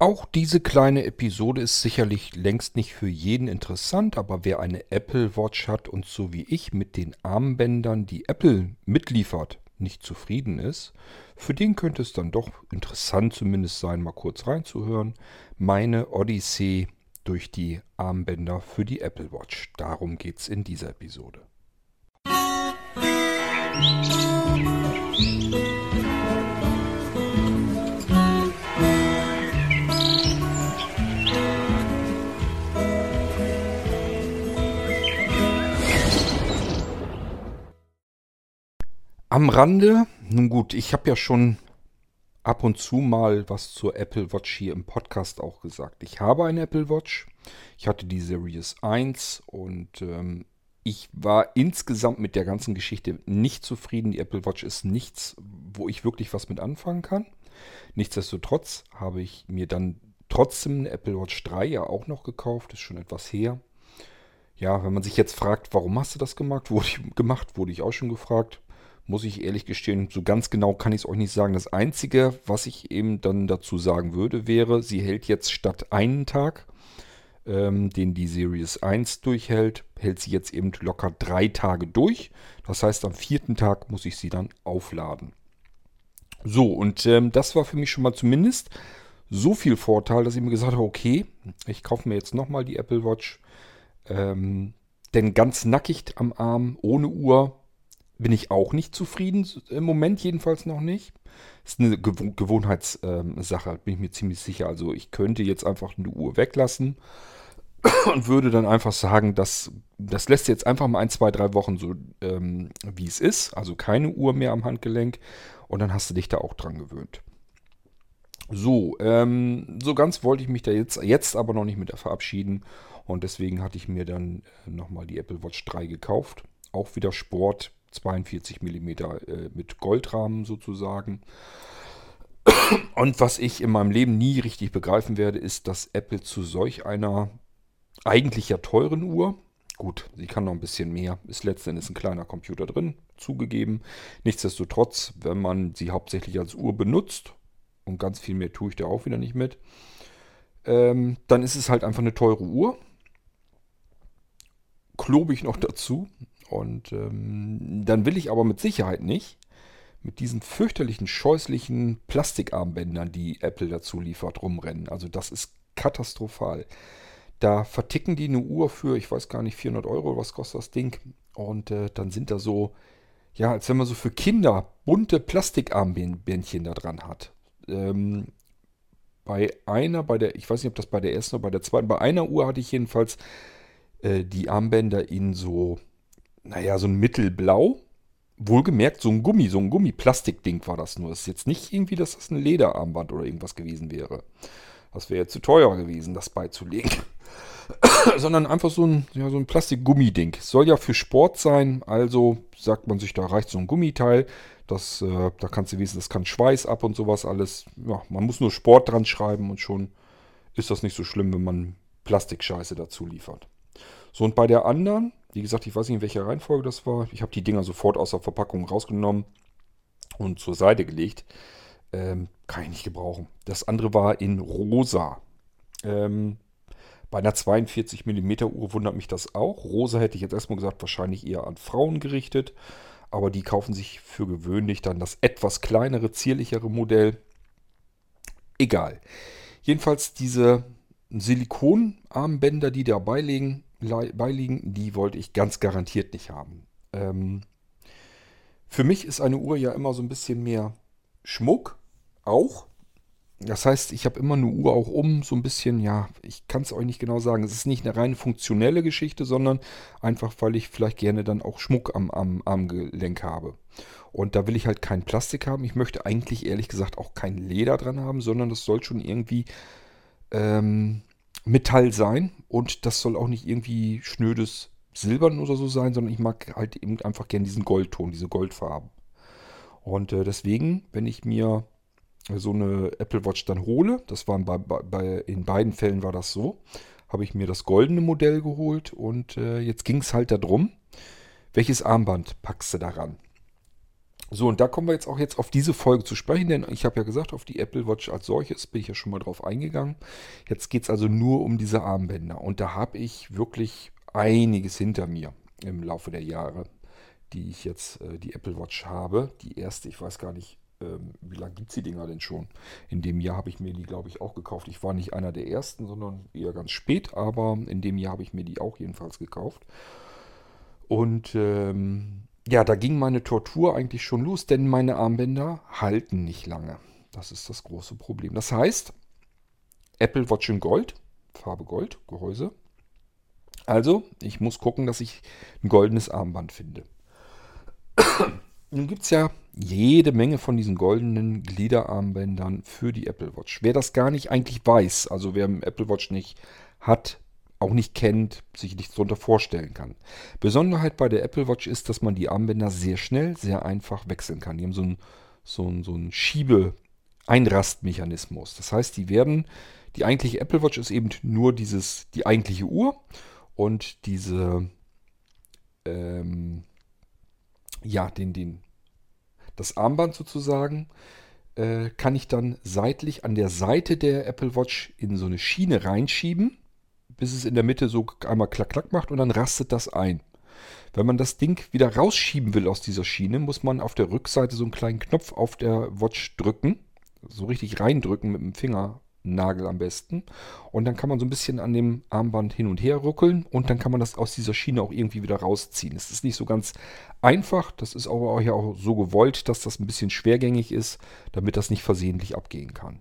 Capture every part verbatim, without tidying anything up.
Auch diese kleine Episode ist sicherlich längst nicht für jeden interessant, aber wer eine Apple Watch hat und so wie ich mit den Armbändern, die Apple mitliefert, nicht zufrieden ist, für den könnte es dann doch interessant zumindest sein, mal kurz reinzuhören. Meine Odyssee durch die Armbänder für die Apple Watch. Darum geht's in dieser Episode. Am Rande, nun gut, ich habe ja schon ab und zu mal was zur Apple Watch hier im Podcast auch gesagt. Ich habe eine Apple Watch, ich hatte die Series eins und ähm, ich war insgesamt mit der ganzen Geschichte nicht zufrieden. Die Apple Watch ist nichts, wo ich wirklich was mit anfangen kann. Nichtsdestotrotz habe ich mir dann trotzdem eine Apple Watch drei ja auch noch gekauft, ist schon etwas her. Ja, wenn man sich jetzt fragt, warum hast du das gemacht, wurde ich, gemacht, wurde ich auch schon gefragt. Muss ich ehrlich gestehen, so ganz genau kann ich es euch nicht sagen. Das Einzige, was ich eben dann dazu sagen würde, wäre, sie hält jetzt statt einen Tag, ähm, den die Series eins durchhält, hält sie jetzt eben locker drei Tage durch. Das heißt, am vierten Tag muss ich sie dann aufladen. So, und ähm, das war für mich schon mal zumindest so viel Vorteil, dass ich mir gesagt habe, okay, ich kaufe mir jetzt nochmal die Apple Watch. Ähm, denn ganz nackig am Arm, ohne Uhr, bin ich auch nicht zufrieden, im Moment jedenfalls noch nicht. Ist eine Gew Gewohnheitssache, bin ich mir ziemlich sicher. Also ich könnte jetzt einfach eine Uhr weglassen und würde dann einfach sagen, dass das lässt jetzt einfach mal ein, zwei, drei Wochen so, ähm, wie es ist. Also keine Uhr mehr am Handgelenk und dann hast du dich da auch dran gewöhnt. So, ähm, so ganz wollte ich mich da jetzt, jetzt aber noch nicht mit verabschieden und deswegen hatte ich mir dann äh, nochmal die Apple Watch drei gekauft. Auch wieder Sport, zweiundvierzig Millimeter äh, mit Goldrahmen sozusagen. Und was ich in meinem Leben nie richtig begreifen werde, ist, dass Apple zu solch einer eigentlich ja teuren Uhr, gut, sie kann noch ein bisschen mehr, ist letzten Endes ein kleiner Computer drin, zugegeben. Nichtsdestotrotz, wenn man sie hauptsächlich als Uhr benutzt, und ganz viel mehr tue ich da auch wieder nicht mit, ähm, dann ist es halt einfach eine teure Uhr. Klobe ich noch dazu. Und ähm, dann will ich aber mit Sicherheit nicht mit diesen fürchterlichen, scheußlichen Plastikarmbändern, die Apple dazu liefert, rumrennen. Also das ist katastrophal. Da verticken die eine Uhr für, ich weiß gar nicht, vierhundert Euro, was kostet das Ding? Und äh, dann sind da so, ja, als wenn man so für Kinder bunte Plastikarmbändchen da dran hat. Ähm, bei einer, bei der, ich weiß nicht, ob das bei der ersten oder bei der zweiten, bei einer Uhr hatte ich jedenfalls äh, die Armbänder in so, naja, so ein Mittelblau. Wohlgemerkt, so ein Gummi, so ein Gummiplastikding war das nur. Es ist jetzt nicht irgendwie, dass das ein Lederarmband oder irgendwas gewesen wäre. Das wäre jetzt zu teuer gewesen, das beizulegen. Sondern einfach so ein, ja, so ein Plastikgummiding. Soll ja für Sport sein, also sagt man sich, da reicht so ein Gummiteil. Das, äh, da kannst du wissen, das kann Schweiß ab und sowas alles. Ja, man muss nur Sport dran schreiben und schon ist das nicht so schlimm, wenn man Plastikscheiße dazu liefert. So, und bei der anderen, wie gesagt, ich weiß nicht, in welcher Reihenfolge das war. Ich habe die Dinger sofort aus der Verpackung rausgenommen und zur Seite gelegt. Ähm, kann ich nicht gebrauchen. Das andere war in rosa. Ähm, bei einer zweiundvierzig Millimeter Uhr wundert mich das auch. Rosa hätte ich jetzt erstmal gesagt, wahrscheinlich eher an Frauen gerichtet. Aber die kaufen sich für gewöhnlich dann das etwas kleinere, zierlichere Modell. Egal. Jedenfalls diese Silikonarmbänder, die da beiliegen, beiliegen, die wollte ich ganz garantiert nicht haben. Ähm, für mich ist eine Uhr ja immer so ein bisschen mehr Schmuck, auch. Das heißt, ich habe immer eine Uhr auch um, so ein bisschen, ja, ich kann es euch nicht genau sagen. Es ist nicht eine rein funktionelle Geschichte, sondern einfach, weil ich vielleicht gerne dann auch Schmuck am, am Armgelenk habe. Und da will ich halt kein Plastik haben. Ich möchte eigentlich ehrlich gesagt auch kein Leder dran haben, sondern das soll schon irgendwie ähm, Metall sein. Und das soll auch nicht irgendwie schnödes Silbern oder so sein, sondern ich mag halt eben einfach gerne diesen Goldton, diese Goldfarben. Und äh, deswegen, wenn ich mir so eine Apple Watch dann hole, das waren bei, bei, in beiden Fällen war das so, habe ich mir das goldene Modell geholt und äh, jetzt ging es halt darum, welches Armband packst du daran? So, und da kommen wir jetzt auch jetzt auf diese Folge zu sprechen, denn ich habe ja gesagt, auf die Apple Watch als solches bin ich ja schon mal drauf eingegangen. Jetzt geht es also nur um diese Armbänder. Und da habe ich wirklich einiges hinter mir im Laufe der Jahre, die ich jetzt äh, die Apple Watch habe. Die erste, ich weiß gar nicht, ähm, wie lange gibt es die Dinger denn schon? In dem Jahr habe ich mir die, glaube ich, auch gekauft. Ich war nicht einer der ersten, sondern eher ganz spät, aber in dem Jahr habe ich mir die auch jedenfalls gekauft. Und ähm, ja, da ging meine Tortur eigentlich schon los, denn meine Armbänder halten nicht lange. Das ist das große Problem. Das heißt, Apple Watch in Gold, Farbe Gold, Gehäuse. Also, ich muss gucken, dass ich ein goldenes Armband finde. Nun gibt es ja jede Menge von diesen goldenen Gliederarmbändern für die Apple Watch. Wer das gar nicht eigentlich weiß, also wer eine Apple Watch nicht hat, auch nicht kennt, sich nichts darunter vorstellen kann. Besonderheit bei der Apple Watch ist, dass man die Armbänder sehr schnell, sehr einfach wechseln kann. Die haben so einen so einen, so einen Schiebe-Einrastmechanismus. Das heißt, die werden, die eigentliche Apple Watch ist eben nur dieses, die eigentliche Uhr und diese, ähm, ja, den, den, das Armband sozusagen, äh, kann ich dann seitlich an der Seite der Apple Watch in so eine Schiene reinschieben, bis es in der Mitte so einmal klack, klack macht und dann rastet das ein. Wenn man das Ding wieder rausschieben will aus dieser Schiene, muss man auf der Rückseite so einen kleinen Knopf auf der Watch drücken, so richtig reindrücken mit dem Fingernagel am besten. Und dann kann man so ein bisschen an dem Armband hin und her ruckeln und dann kann man das aus dieser Schiene auch irgendwie wieder rausziehen. Es ist nicht so ganz einfach, das ist aber auch ja auch so gewollt, dass das ein bisschen schwergängig ist, damit das nicht versehentlich abgehen kann.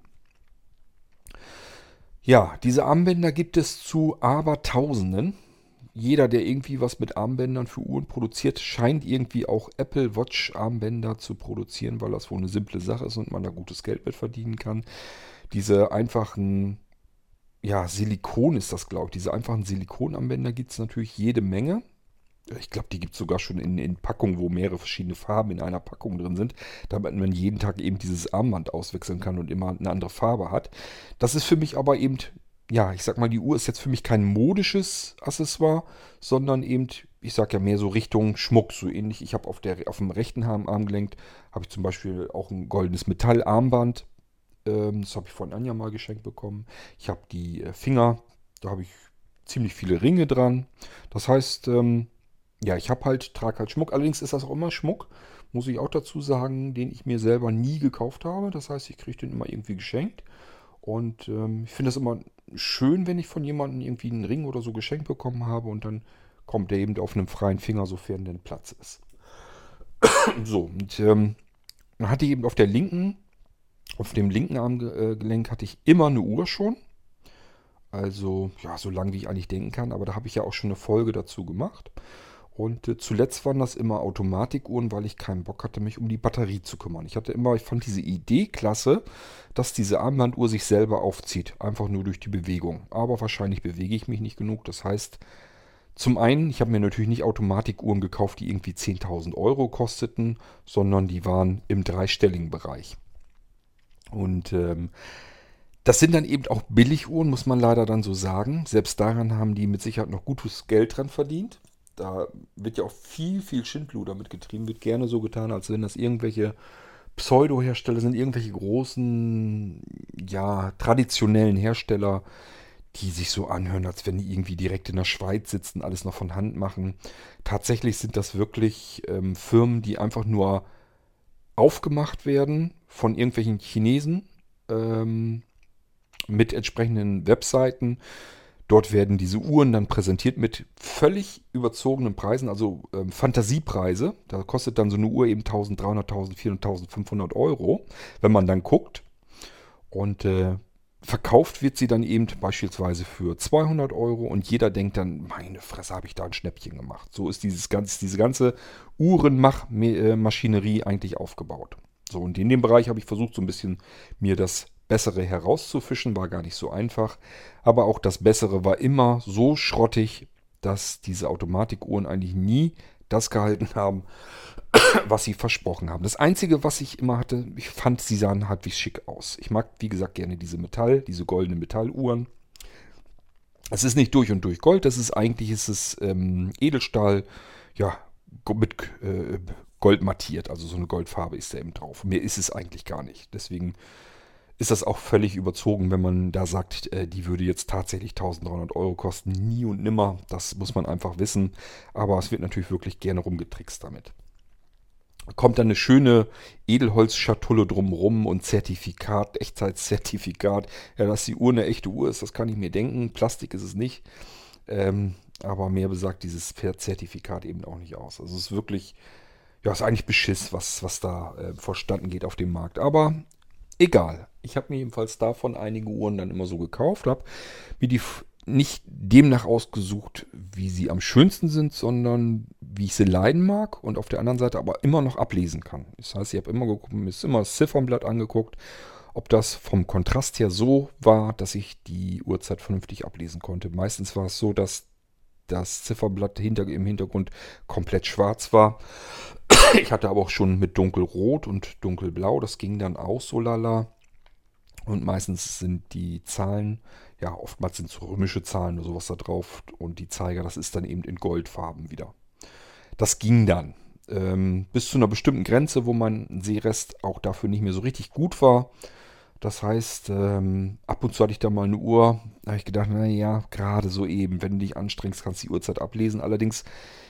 Ja, diese Armbänder gibt es zu Abertausenden. Jeder, der irgendwie was mit Armbändern für Uhren produziert, scheint irgendwie auch Apple Watch Armbänder zu produzieren, weil das wohl eine simple Sache ist und man da gutes Geld mit verdienen kann. Diese einfachen, ja, Silikon ist das, glaube ich. Diese einfachen Silikonarmbänder gibt es natürlich jede Menge. Ich glaube, die gibt es sogar schon in, in Packungen, wo mehrere verschiedene Farben in einer Packung drin sind, damit man jeden Tag eben dieses Armband auswechseln kann und immer eine andere Farbe hat. Das ist für mich aber eben, ja, ich sag mal, die Uhr ist jetzt für mich kein modisches Accessoire, sondern eben, ich sag ja mehr so Richtung Schmuck, so ähnlich. Ich habe auf der, auf dem rechten Arm, Armgelenk, habe ich zum Beispiel auch ein goldenes Metallarmband. Ähm, das habe ich von Anja mal geschenkt bekommen. Ich habe die äh, Finger, da habe ich ziemlich viele Ringe dran. Das heißt, ähm, ja, ich habe halt, trage halt Schmuck. Allerdings ist das auch immer Schmuck, muss ich auch dazu sagen, den ich mir selber nie gekauft habe. Das heißt, ich kriege den immer irgendwie geschenkt. Und ähm, ich finde das immer schön, wenn ich von jemandem irgendwie einen Ring oder so geschenkt bekommen habe und dann kommt der eben auf einem freien Finger, sofern denn Platz ist. So, und ähm, dann hatte ich eben auf der linken, auf dem linken Armgelenk hatte ich immer eine Uhr schon. Also, ja, so lange wie ich eigentlich denken kann, aber da habe ich ja auch schon eine Folge dazu gemacht. Und äh, zuletzt waren das immer Automatikuhren, weil ich keinen Bock hatte, mich um die Batterie zu kümmern. Ich hatte immer, ich fand diese Idee klasse, dass diese Armbanduhr sich selber aufzieht. Einfach nur durch die Bewegung. Aber wahrscheinlich bewege ich mich nicht genug. Das heißt, zum einen, ich habe mir natürlich nicht Automatikuhren gekauft, die irgendwie zehntausend Euro kosteten, sondern die waren im dreistelligen Bereich. Und ähm, das sind dann eben auch Billiguhren, muss man leider dann so sagen. Selbst daran haben die mit Sicherheit noch gutes Geld dran verdient. Da wird ja auch viel, viel Schindluder mit getrieben. Wird gerne so getan, als wenn das irgendwelche Pseudo-Hersteller sind, irgendwelche großen, ja, traditionellen Hersteller, die sich so anhören, als wenn die irgendwie direkt in der Schweiz sitzen, alles noch von Hand machen. Tatsächlich sind das wirklich ähm, Firmen, die einfach nur aufgemacht werden von irgendwelchen Chinesen ähm, mit entsprechenden Webseiten. Dort werden diese Uhren dann präsentiert mit völlig überzogenen Preisen, also ähm, Fantasiepreise. Da kostet dann so eine Uhr eben eintausenddreihundert, eintausendvierhundert, eintausendfünfhundert Euro, wenn man dann guckt. Und äh, verkauft wird sie dann eben beispielsweise für zweihundert Euro und jeder denkt dann, meine Fresse, habe ich da ein Schnäppchen gemacht. So ist dieses ganze, diese ganze Uhrenmachmaschinerie eigentlich aufgebaut. So, und in dem Bereich habe ich versucht, so ein bisschen mir das Bessere herauszufischen, war gar nicht so einfach. Aber auch das Bessere war immer so schrottig, dass diese Automatikuhren eigentlich nie das gehalten haben, was sie versprochen haben. Das Einzige, was ich immer hatte, ich fand, sie sahen halbwegs schick aus. Ich mag, wie gesagt, gerne diese Metall, diese goldenen Metalluhren. Es ist nicht durch und durch Gold, das ist eigentlich ist es ähm, Edelstahl, ja, mit äh, Gold mattiert, also so eine Goldfarbe ist da eben drauf. Mehr ist es eigentlich gar nicht. Deswegen ist das auch völlig überzogen, wenn man da sagt, äh, die würde jetzt tatsächlich dreizehnhundert Euro kosten. Nie und nimmer. Das muss man einfach wissen. Aber es wird natürlich wirklich gerne rumgetrickst damit. Kommt dann eine schöne Edelholzschatulle drumrum und Zertifikat, Echtheitszertifikat. Ja, dass die Uhr eine echte Uhr ist, das kann ich mir denken. Plastik ist es nicht. Ähm, aber mehr besagt dieses Zertifikat eben auch nicht aus. Also es ist wirklich, ja, ist eigentlich Beschiss, was, was da äh, vorstanden geht auf dem Markt. Aber egal. Ich habe mir jedenfalls davon einige Uhren dann immer so gekauft, habe mir die f- nicht demnach ausgesucht, wie sie am schönsten sind, sondern wie ich sie leiden mag und auf der anderen Seite aber immer noch ablesen kann. Das heißt, ich habe immer geguckt, mir ist immer das Ziffernblatt angeguckt, ob das vom Kontrast her so war, dass ich die Uhrzeit vernünftig ablesen konnte. Meistens war es so, dass das Zifferblatt hinter, im Hintergrund komplett schwarz war. Ich hatte aber auch schon mit dunkelrot und dunkelblau, das ging dann auch so lala. Und meistens sind die Zahlen, ja, oftmals sind es römische Zahlen oder sowas da drauf. Und die Zeiger, das ist dann eben in Goldfarben wieder. Das ging dann. Ähm, bis zu einer bestimmten Grenze, wo mein Sehrest auch dafür nicht mehr so richtig gut war. Das heißt, ähm, ab und zu hatte ich da mal eine Uhr. Da habe ich gedacht, naja, gerade so eben, wenn du dich anstrengst, kannst du die Uhrzeit ablesen. Allerdings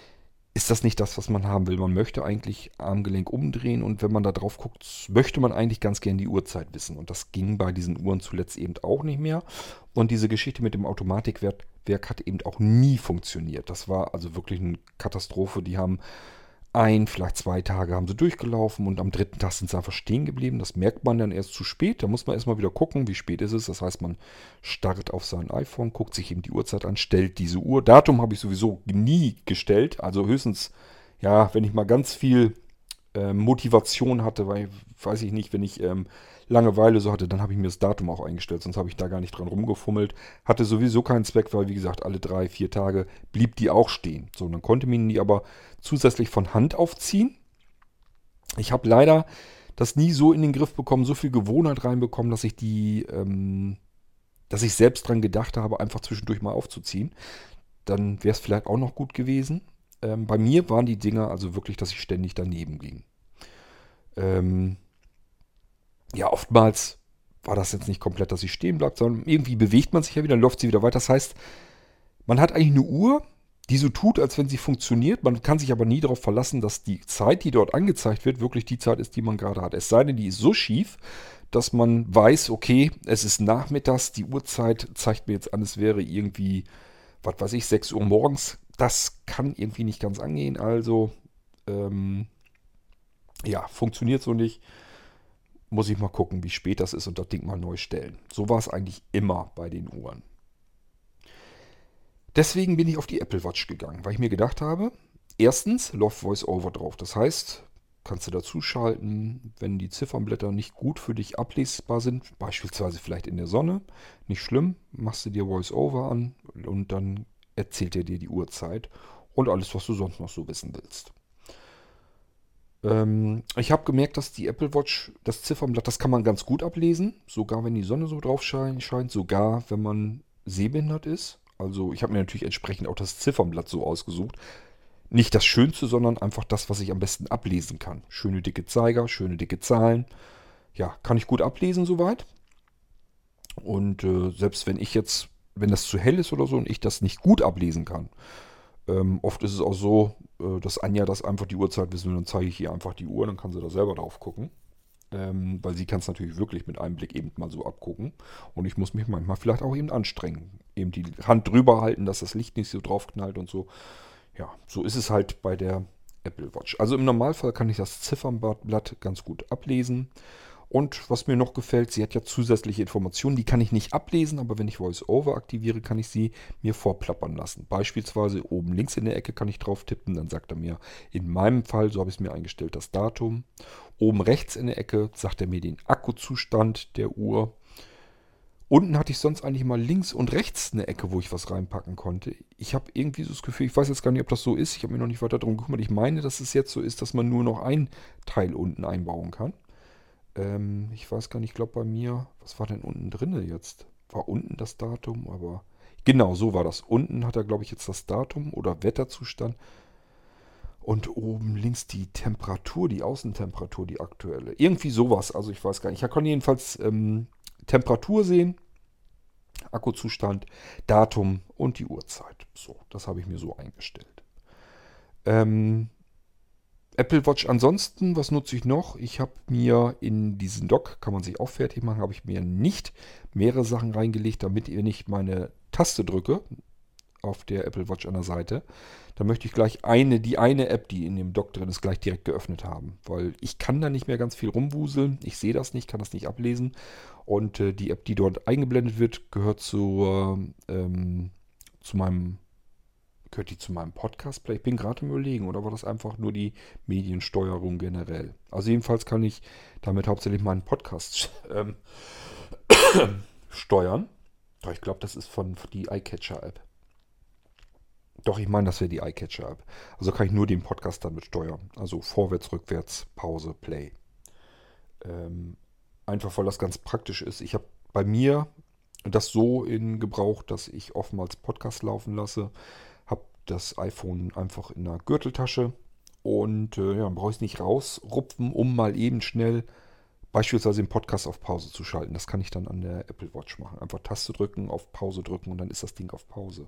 ist das nicht das, was man haben will. Man möchte eigentlich Armgelenk umdrehen und wenn man da drauf guckt, möchte man eigentlich ganz gern die Uhrzeit wissen. Und das ging bei diesen Uhren zuletzt eben auch nicht mehr. Und diese Geschichte mit dem Automatikwerk Werk hat eben auch nie funktioniert. Das war also wirklich eine Katastrophe. Die haben ein, vielleicht zwei Tage haben sie durchgelaufen und am dritten Tag sind sie einfach stehen geblieben. Das merkt man dann erst zu spät. Da muss man erstmal wieder gucken, wie spät ist es. Das heißt, man startet auf sein iPhone, guckt sich eben die Uhrzeit an, stellt diese Uhr. Datum habe ich sowieso nie gestellt. Also höchstens, ja, wenn ich mal ganz viel ähm, Motivation hatte, weil, weiß ich nicht, wenn ich ähm, Langeweile so hatte, dann habe ich mir das Datum auch eingestellt, sonst habe ich da gar nicht dran rumgefummelt. Hatte sowieso keinen Zweck, weil wie gesagt, alle drei, vier Tage blieb die auch stehen. So, dann konnte man die aber zusätzlich von Hand aufziehen. Ich habe leider das nie so in den Griff bekommen, so viel Gewohnheit reinbekommen, dass ich die, ähm, dass ich selbst dran gedacht habe, einfach zwischendurch mal aufzuziehen. Dann wäre es vielleicht auch noch gut gewesen. Ähm, bei mir waren die Dinger also wirklich, dass ich ständig daneben ging. Ähm, ja, oftmals war das jetzt nicht komplett, dass sie stehen bleibt, sondern irgendwie bewegt man sich ja wieder, dann läuft sie wieder weiter. Das heißt, man hat eigentlich eine Uhr, die so tut, als wenn sie funktioniert. Man kann sich aber nie darauf verlassen, dass die Zeit, die dort angezeigt wird, wirklich die Zeit ist, die man gerade hat. Es sei denn, die ist so schief, dass man weiß, okay, es ist nachmittags, die Uhrzeit zeigt mir jetzt an, es wäre irgendwie, was weiß ich, sechs Uhr morgens. Das kann irgendwie nicht ganz angehen. Also, ähm, ja, funktioniert so nicht. Muss ich mal gucken, wie spät das ist und das Ding mal neu stellen. So war es eigentlich immer bei den Uhren. Deswegen bin ich auf die Apple Watch gegangen, weil ich mir gedacht habe, erstens läuft VoiceOver drauf. Das heißt, kannst du dazuschalten, wenn die Ziffernblätter nicht gut für dich ablesbar sind, beispielsweise vielleicht in der Sonne, nicht schlimm, machst du dir VoiceOver an und dann erzählt er dir die Uhrzeit und alles, was du sonst noch so wissen willst. Ähm, ich habe gemerkt, dass die Apple Watch, das Ziffernblatt, das kann man ganz gut ablesen, sogar wenn die Sonne so drauf scheint, scheint sogar wenn man sehbehindert ist. Also ich habe mir natürlich entsprechend auch das Ziffernblatt so ausgesucht. Nicht das Schönste, sondern einfach das, was ich am besten ablesen kann. Schöne dicke Zeiger, schöne dicke Zahlen. Ja, kann ich gut ablesen soweit. Und äh, selbst wenn ich jetzt, wenn das zu hell ist oder so und ich das nicht gut ablesen kann, ähm, oft ist es auch so, äh, dass Anja das einfach die Uhrzeit wissen will, dann zeige ich ihr einfach die Uhr, dann kann sie da selber drauf gucken. Ähm, weil sie kann es natürlich wirklich mit einem Blick eben mal so abgucken. Und ich muss mich manchmal vielleicht auch eben anstrengen. Eben die Hand drüber halten, dass das Licht nicht so drauf knallt und so. Ja, so ist es halt bei der Apple Watch. Also im Normalfall kann ich das Ziffernblatt ganz gut ablesen. Und was mir noch gefällt, sie hat ja zusätzliche Informationen, die kann ich nicht ablesen, aber wenn ich VoiceOver aktiviere, kann ich sie mir vorplappern lassen. Beispielsweise oben links in der Ecke kann ich drauf tippen, dann sagt er mir in meinem Fall, so habe ich es mir eingestellt, das Datum. Oben rechts in der Ecke sagt er mir den Akkuzustand der Uhr. Unten hatte ich sonst eigentlich mal links und rechts eine Ecke, wo ich was reinpacken konnte. Ich habe irgendwie so das Gefühl, ich weiß jetzt gar nicht, ob das so ist. Ich habe mir noch nicht weiter darum gekümmert. Ich meine, dass es jetzt so ist, dass man nur noch ein Teil unten einbauen kann. Ähm, ich weiß gar nicht, ich glaube bei mir, was war denn unten drinne jetzt? War unten das Datum, aber genau, so war das. Unten hat er, glaube ich, jetzt das Datum oder Wetterzustand. Und oben links die Temperatur, die Außentemperatur, die aktuelle. Irgendwie sowas, also ich weiß gar nicht. Ich kann jedenfalls ähm, Temperatur sehen, Akkuzustand, Datum und die Uhrzeit. So, das habe ich mir so eingestellt. Ähm, Apple Watch ansonsten, was nutze ich noch? Ich habe mir in diesen Dock, kann man sich auch fertig machen, habe ich mir nicht mehrere Sachen reingelegt, damit ihr nicht meine Taste drücke auf der Apple Watch an der Seite. Dann möchte ich gleich eine, die eine App, die in dem Dock drin ist, gleich direkt geöffnet haben. Weil ich kann da nicht mehr ganz viel rumwuseln. Ich sehe das nicht, kann das nicht ablesen. Und äh, die App, die dort eingeblendet wird, gehört zu, ähm, zu meinem Gehört die zu meinem Podcast-Play? Ich bin gerade im Überlegen, oder war das einfach nur die Mediensteuerung generell? Also jedenfalls kann ich damit hauptsächlich meinen Podcast ähm, steuern. Doch, ich glaube, das ist von die iCatcher-App. Doch, ich meine, das wäre die iCatcher-App. Also kann ich nur den Podcast damit steuern. Also vorwärts, rückwärts, Pause, Play. Ähm, einfach weil das ganz praktisch ist. Ich habe bei mir das so in Gebrauch, dass ich oftmals Podcast laufen lasse. Habe das iPhone einfach in der Gürteltasche und äh, ja, dann brauche ich es nicht rausrupfen, um mal eben schnell beispielsweise den Podcast auf Pause zu schalten. Das kann ich dann an der Apple Watch machen. Einfach Taste drücken, auf Pause drücken und dann ist das Ding auf Pause.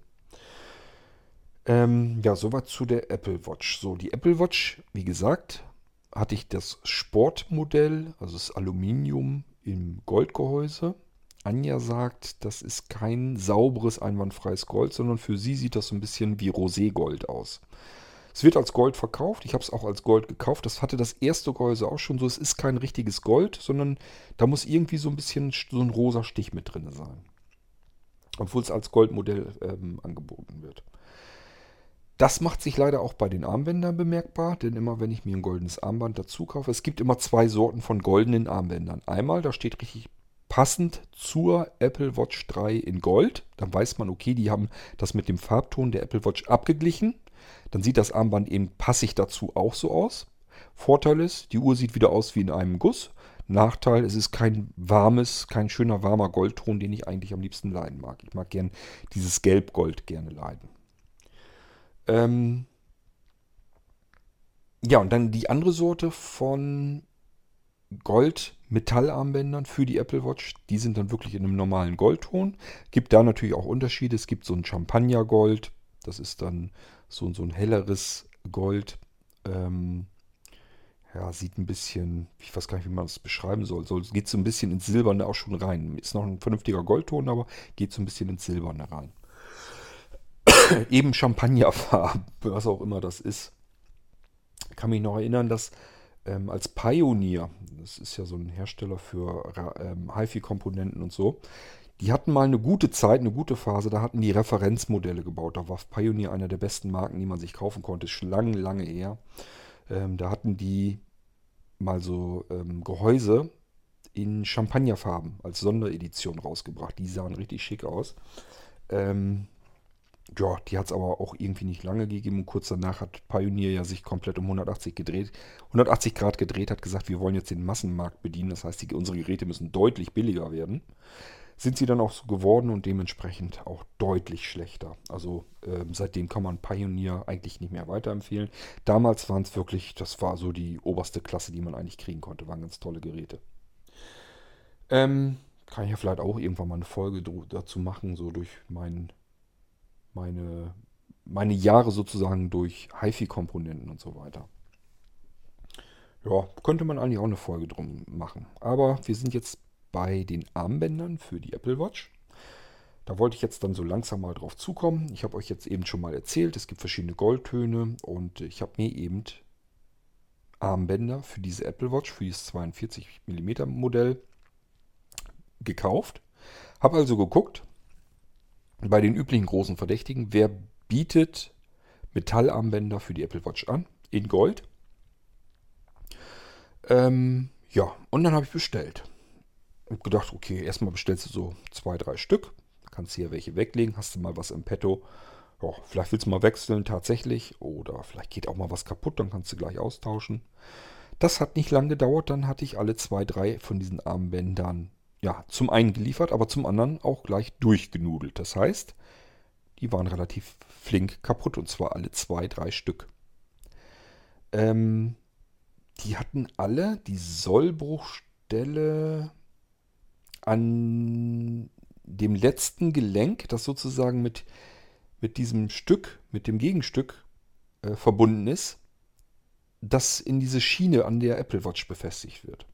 Ähm, ja, soweit zu der Apple Watch. So, die Apple Watch, wie gesagt, hatte ich das Sportmodell, also das Aluminium im Goldgehäuse. Anja sagt, das ist kein sauberes, einwandfreies Gold, sondern für sie sieht das so ein bisschen wie Roségold aus. Es wird als Gold verkauft. Ich habe es auch als Gold gekauft. Das hatte das erste Gehäuse auch schon so. Es ist kein richtiges Gold, sondern da muss irgendwie so ein bisschen so ein rosa Stich mit drin sein. Obwohl es als Goldmodell ähm, angeboten wird. Das macht sich leider auch bei den Armbändern bemerkbar, denn immer wenn ich mir ein goldenes Armband dazu kaufe, es gibt immer zwei Sorten von goldenen Armbändern. Einmal, da steht richtig passend zur Apple Watch drei in Gold. Dann weiß man, okay, die haben das mit dem Farbton der Apple Watch abgeglichen. Dann sieht das Armband eben passig dazu auch so aus. Vorteil ist, die Uhr sieht wieder aus wie in einem Guss. Nachteil, es ist kein warmes, kein schöner warmer Goldton, den ich eigentlich am liebsten leiden mag. Ich mag gern dieses Gelbgold gerne leiden. Ähm ja, und dann die andere Sorte von Gold-Metallarmbändern für die Apple Watch. Die sind dann wirklich in einem normalen Goldton. Gibt da natürlich auch Unterschiede. Es gibt so ein Champagnergold. Das ist dann so, so ein helleres Gold. Ähm, ja, sieht ein bisschen, ich weiß gar nicht, wie man das beschreiben soll. So, geht so ein bisschen ins Silberne auch schon rein. Ist noch ein vernünftiger Goldton, aber geht so ein bisschen ins Silberne rein. Eben Champagnerfarben, was auch immer das ist. Ich kann mich noch erinnern, dass ähm, als Pioneer, das ist ja so ein Hersteller für ähm, HiFi-Komponenten und so, die hatten mal eine gute Zeit, eine gute Phase, da hatten die Referenzmodelle gebaut. Da war Pioneer einer der besten Marken, die man sich kaufen konnte, ist schon lange, lange her. Ähm, da hatten die mal so ähm, Gehäuse in Champagnerfarben als Sonderedition rausgebracht. Die sahen richtig schick aus. Ähm, Ja, die hat es aber auch irgendwie nicht lange gegeben und kurz danach hat Pioneer ja sich komplett um hundertachtzig gedreht, hundertachtzig Grad gedreht, hat gesagt, wir wollen jetzt den Massenmarkt bedienen, das heißt, die, unsere Geräte müssen deutlich billiger werden. Sind sie dann auch so geworden und dementsprechend auch deutlich schlechter. Also ähm, seitdem kann man Pioneer eigentlich nicht mehr weiterempfehlen. Damals waren es wirklich, das war so die oberste Klasse, die man eigentlich kriegen konnte, waren ganz tolle Geräte. Ähm, kann ich ja vielleicht auch irgendwann mal eine Folge dazu machen, so durch meinen meine, meine Jahre sozusagen durch HiFi-Komponenten und so weiter. Ja, könnte man eigentlich auch eine Folge drum machen. Aber wir sind jetzt bei den Armbändern für die Apple Watch. Da wollte ich jetzt dann so langsam mal drauf zukommen. Ich habe euch jetzt eben schon mal erzählt, es gibt verschiedene Goldtöne und ich habe mir eben Armbänder für diese Apple Watch, für dieses zweiundvierzig Millimeter Modell gekauft. Habe also geguckt, bei den üblichen großen Verdächtigen, wer bietet Metallarmbänder für die Apple Watch an, in Gold. Ähm, ja, und dann habe ich bestellt. Und gedacht, okay, erstmal bestellst du so zwei, drei Stück. Kannst hier welche weglegen, hast du mal was im Petto. Ja, vielleicht willst du mal wechseln tatsächlich. Oder vielleicht geht auch mal was kaputt, dann kannst du gleich austauschen. Das hat nicht lange gedauert, dann hatte ich alle zwei, drei von diesen Armbändern ja, zum einen geliefert, aber zum anderen auch gleich durchgenudelt. Das heißt, die waren relativ flink kaputt und zwar alle zwei, drei Stück. Ähm, die hatten alle die Sollbruchstelle an dem letzten Gelenk, das sozusagen mit, mit diesem Stück, mit dem Gegenstück äh, verbunden ist, das in diese Schiene an der Apple Watch befestigt wird.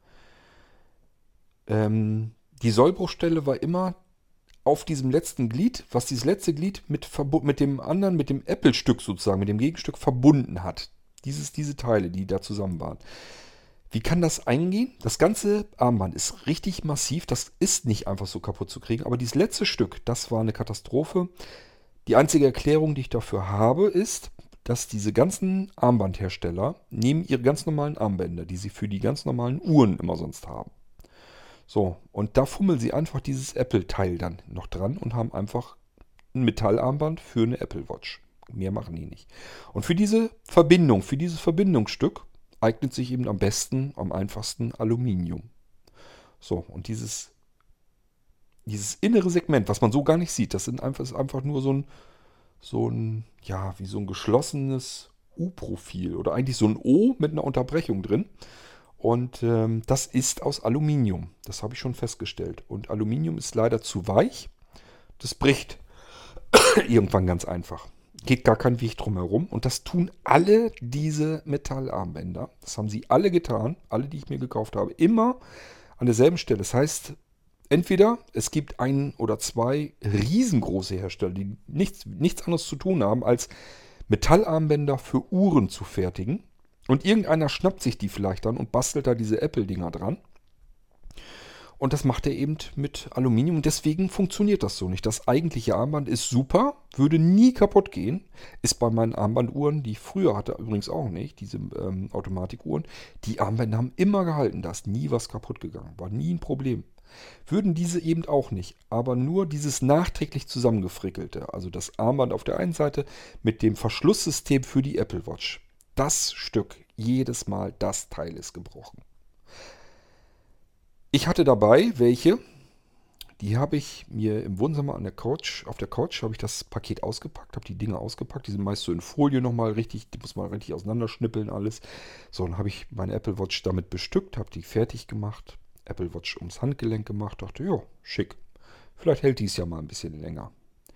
Ähm, die Sollbruchstelle war immer auf diesem letzten Glied, was dieses letzte Glied mit, verbu- mit dem anderen, mit dem Apple-Stück sozusagen, mit dem Gegenstück verbunden hat. Dieses, diese Teile, die da zusammen waren. Wie kann das eingehen? Das ganze Armband ist richtig massiv. Das ist nicht einfach so kaputt zu kriegen. Aber dieses letzte Stück, das war eine Katastrophe. Die einzige Erklärung, die ich dafür habe, ist, dass diese ganzen Armbandhersteller nehmen ihre ganz normalen Armbänder, die sie für die ganz normalen Uhren immer sonst haben. So, und da fummeln sie einfach dieses Apple-Teil dann noch dran und haben einfach ein Metallarmband für eine Apple Watch. Mehr machen die nicht. Und für diese Verbindung, für dieses Verbindungsstück eignet sich eben am besten, am einfachsten Aluminium. So, und dieses, dieses innere Segment, was man so gar nicht sieht, das sind einfach, ist einfach nur so ein, so ein, ja, wie so ein geschlossenes U-Profil oder eigentlich so ein O mit einer Unterbrechung drin. Und ähm, das ist aus Aluminium. Das habe ich schon festgestellt. Und Aluminium ist leider zu weich. Das bricht irgendwann ganz einfach. Geht gar kein Weg drum herum. Und das tun alle diese Metallarmbänder. Das haben sie alle getan. Alle, die ich mir gekauft habe. Immer an derselben Stelle. Das heißt, entweder es gibt ein oder zwei riesengroße Hersteller, die nichts, nichts anderes zu tun haben, als Metallarmbänder für Uhren zu fertigen. Und irgendeiner schnappt sich die vielleicht dann und bastelt da diese Apple-Dinger dran. Und das macht er eben mit Aluminium. Deswegen funktioniert das so nicht. Das eigentliche Armband ist super, würde nie kaputt gehen. Ist bei meinen Armbanduhren, die ich früher hatte, übrigens auch nicht, diese ähm, Automatikuhren. Die Armbänder haben immer gehalten. Da ist nie was kaputt gegangen. War nie ein Problem. Würden diese eben auch nicht. Aber nur dieses nachträglich zusammengefrickelte. Also das Armband auf der einen Seite mit dem Verschlusssystem für die Apple Watch. Das Stück, jedes Mal, das Teil ist gebrochen. Ich hatte dabei welche, die habe ich mir im Wohnzimmer an der Couch, auf der Couch habe ich das Paket ausgepackt, habe die Dinge ausgepackt. Die sind meist so in Folie nochmal richtig, die muss man richtig auseinanderschnippeln alles. So, dann habe ich meine Apple Watch damit bestückt, habe die fertig gemacht, Apple Watch ums Handgelenk gemacht, dachte, ja, schick. Vielleicht hält dies ja mal ein bisschen länger.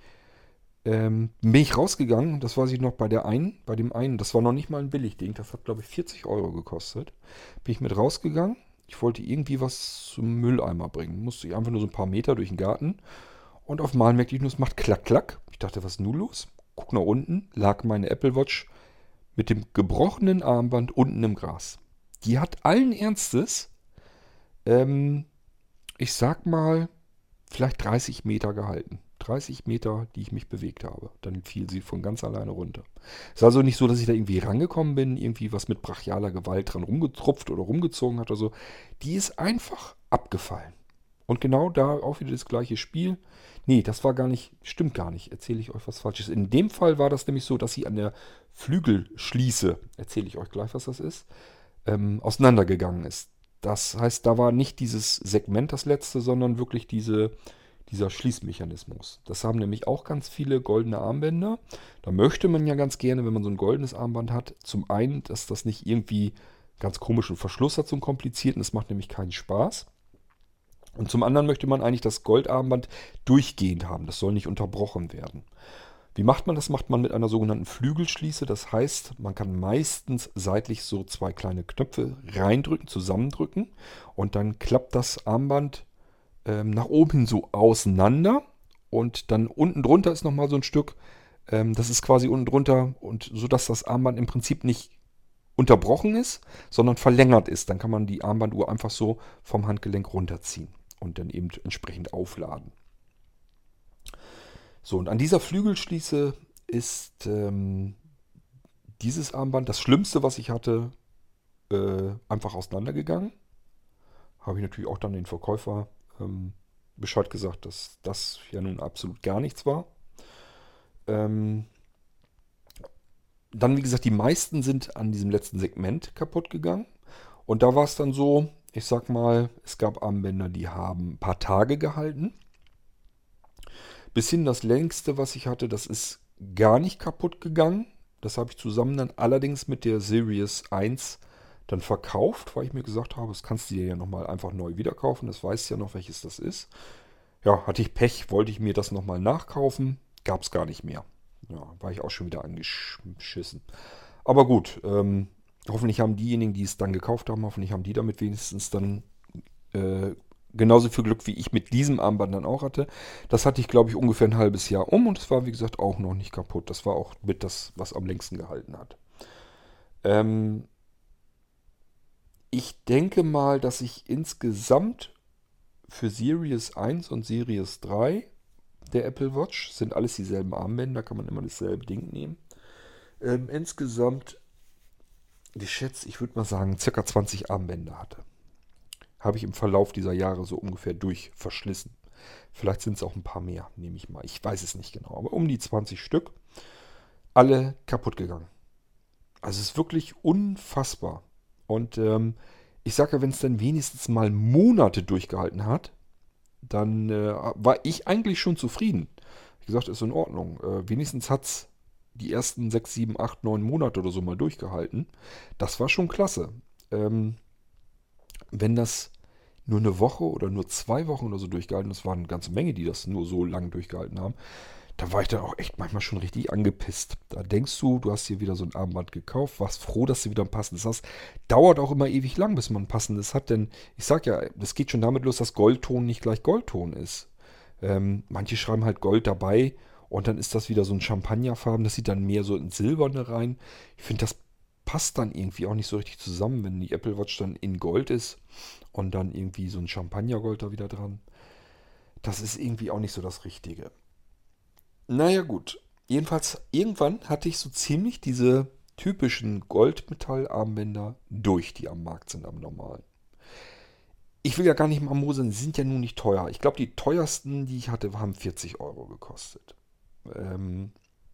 Ähm, bin ich rausgegangen, das weiß ich noch bei der einen, bei dem einen, das war noch nicht mal ein Billigding, das hat glaube ich vierzig Euro gekostet. Bin ich mit rausgegangen, ich wollte irgendwie was zum Mülleimer bringen, musste ich einfach nur so ein paar Meter durch den Garten und auf einmal merkte ich nur, es macht klack, klack. Ich dachte, was ist nun los? Guck nach unten, lag meine Apple Watch mit dem gebrochenen Armband unten im Gras. Die hat allen Ernstes, ähm, ich sag mal, vielleicht dreißig Meter gehalten. dreißig Meter, die ich mich bewegt habe. Dann fiel sie von ganz alleine runter. Es ist also nicht so, dass ich da irgendwie rangekommen bin, irgendwie was mit brachialer Gewalt dran rumgetropft oder rumgezogen hat oder so. Die ist einfach abgefallen. Und genau da auch wieder das gleiche Spiel. Nee, das war gar nicht, stimmt gar nicht. Erzähle ich euch was Falsches. In dem Fall war das nämlich so, dass sie an der Flügelschließe, erzähle ich euch gleich, was das ist, ähm, auseinandergegangen ist. Das heißt, da war nicht dieses Segment das letzte, sondern wirklich diese, dieser Schließmechanismus. Das haben nämlich auch ganz viele goldene Armbänder. Da möchte man ja ganz gerne, wenn man so ein goldenes Armband hat, zum einen, dass das nicht irgendwie ganz komischen Verschluss hat, so einen komplizierten. Das macht nämlich keinen Spaß. Und zum anderen möchte man eigentlich das Goldarmband durchgehend haben. Das soll nicht unterbrochen werden. Wie macht man das? Macht man mit einer sogenannten Flügelschließe. Das heißt, man kann meistens seitlich so zwei kleine Knöpfe reindrücken, zusammendrücken. Und dann klappt das Armband ähm, nach oben hin so auseinander. Und dann unten drunter ist nochmal so ein Stück. Ähm, das ist quasi unten drunter. Und so dass das Armband im Prinzip nicht unterbrochen ist, sondern verlängert ist. Dann kann man die Armbanduhr einfach so vom Handgelenk runterziehen und dann eben entsprechend aufladen. So, und an dieser Flügelschließe ist ähm, dieses Armband, das Schlimmste, was ich hatte, äh, einfach auseinandergegangen. Habe ich natürlich auch dann den Verkäufer ähm, Bescheid gesagt, dass das ja nun absolut gar nichts war. Ähm, dann, wie gesagt, die meisten sind an diesem letzten Segment kaputt gegangen. Und da war es dann so, ich sag mal, es gab Armbänder, die haben ein paar Tage gehalten. Bis hin das längste, was ich hatte, das ist gar nicht kaputt gegangen. Das habe ich zusammen dann allerdings mit der Series eins dann verkauft, weil ich mir gesagt habe, das kannst du dir ja nochmal einfach neu wieder kaufen. Das weißt ja noch, welches das ist. Ja, hatte ich Pech, wollte ich mir das nochmal nachkaufen. Gab es gar nicht mehr. Ja, war ich auch schon wieder angeschissen. Aber gut, ähm, hoffentlich haben diejenigen, die es dann gekauft haben, hoffentlich haben die damit wenigstens dann äh, genauso viel Glück, wie ich mit diesem Armband dann auch hatte. Das hatte ich, glaube ich, ungefähr ein halbes Jahr um und es war, wie gesagt, auch noch nicht kaputt. Das war auch mit das, was am längsten gehalten hat. Ähm, ich denke mal, dass ich insgesamt für Series eins und Series drei der Apple Watch, sind alles dieselben Armbänder, kann man immer dasselbe Ding nehmen. Ähm, insgesamt, geschätzt, ich würde mal sagen, circa zwanzig Armbänder hatte. Habe ich im Verlauf dieser Jahre so ungefähr durch verschlissen. Vielleicht sind es auch ein paar mehr, nehme ich mal. Ich weiß es nicht genau, aber um die zwanzig Stück. Alle kaputt gegangen. Also es ist wirklich unfassbar. Und ähm, ich sage ja, wenn es dann wenigstens mal Monate durchgehalten hat, dann äh, war ich eigentlich schon zufrieden. Wie gesagt, ist in Ordnung. Äh, wenigstens hat es die ersten sechs, sieben, acht, neun Monate oder so mal durchgehalten. Das war schon klasse. Ähm, wenn das nur eine Woche oder nur zwei Wochen oder so durchgehalten, das waren eine ganze Menge, die das nur so lang durchgehalten haben, da war ich dann auch echt manchmal schon richtig angepisst. Da denkst du, du hast hier wieder so ein Armband gekauft, warst froh, dass du wieder ein passendes hast. Dauert auch immer ewig lang, bis man ein passendes hat, denn ich sag ja, das geht schon damit los, dass Goldton nicht gleich Goldton ist. Ähm, manche schreiben halt Gold dabei und dann ist das wieder so ein Champagnerfarben, das sieht dann mehr so ins Silberne rein. Ich finde, das passt dann irgendwie auch nicht so richtig zusammen, wenn die Apple Watch dann in Gold ist und dann irgendwie so ein Champagnergold da wieder dran. Das ist irgendwie auch nicht so das Richtige. Naja, gut. Jedenfalls, irgendwann hatte ich so ziemlich diese typischen Goldmetall-Armbänder durch, die am Markt sind, am normalen. Ich will ja gar nicht mal moseln, die sind ja nun nicht teuer. Ich glaube, die teuersten, die ich hatte, haben vierzig Euro gekostet. Ähm,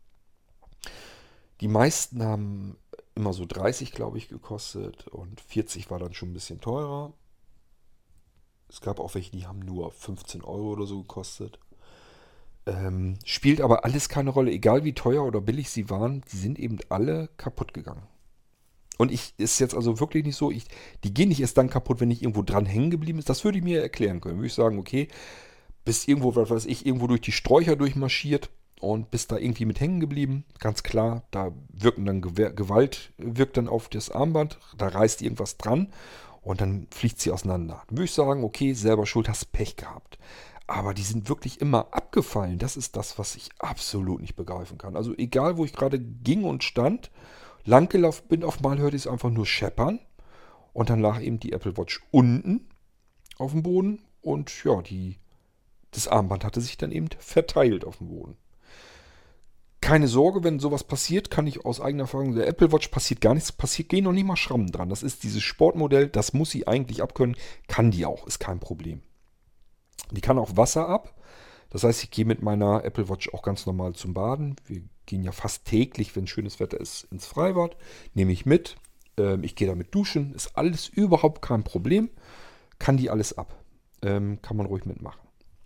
die meisten haben immer so dreißig, glaube ich, gekostet und vierzig war dann schon ein bisschen teurer. Es gab auch welche, die haben nur fünfzehn Euro oder so gekostet. Ähm, spielt aber alles keine Rolle, egal wie teuer oder billig sie waren, die sind eben alle kaputt gegangen. Und ich ist jetzt also wirklich nicht so, ich, die gehen nicht erst dann kaputt, wenn ich irgendwo dran hängen geblieben ist. Das würde ich mir erklären können. Würde ich sagen, okay, bist irgendwo, was weiß ich, irgendwo durch die Sträucher durchmarschiert und bist da irgendwie mit hängen geblieben. Ganz klar, da wirken dann Gewehr, Gewalt, wirkt dann auf das Armband, da reißt irgendwas dran und dann fliegt sie auseinander. Dann würde ich sagen, okay, selber schuld, hast Pech gehabt. Aber die sind wirklich immer abgefallen. Das ist das, was ich absolut nicht begreifen kann. Also egal, wo ich gerade ging und stand, langgelaufen bin, auf einmal hörte ich es einfach nur scheppern. Und dann lag eben die Apple Watch unten auf dem Boden. Und ja, die, das Armband hatte sich dann eben verteilt auf dem Boden. Keine Sorge, wenn sowas passiert, kann ich aus eigener Erfahrung, der Apple Watch passiert gar nichts, passiert, gehen noch nicht mal Schrammen dran. Das ist dieses Sportmodell, das muss sie eigentlich abkönnen, kann die auch, ist kein Problem. Die kann auch Wasser ab. Das heißt, ich gehe mit meiner Apple Watch auch ganz normal zum Baden. Wir gehen ja fast täglich, wenn schönes Wetter ist, ins Freibad. Nehme ich mit. Ähm, ich gehe damit duschen. Ist alles überhaupt kein Problem. Kann die alles ab. Ähm, kann man ruhig mitmachen.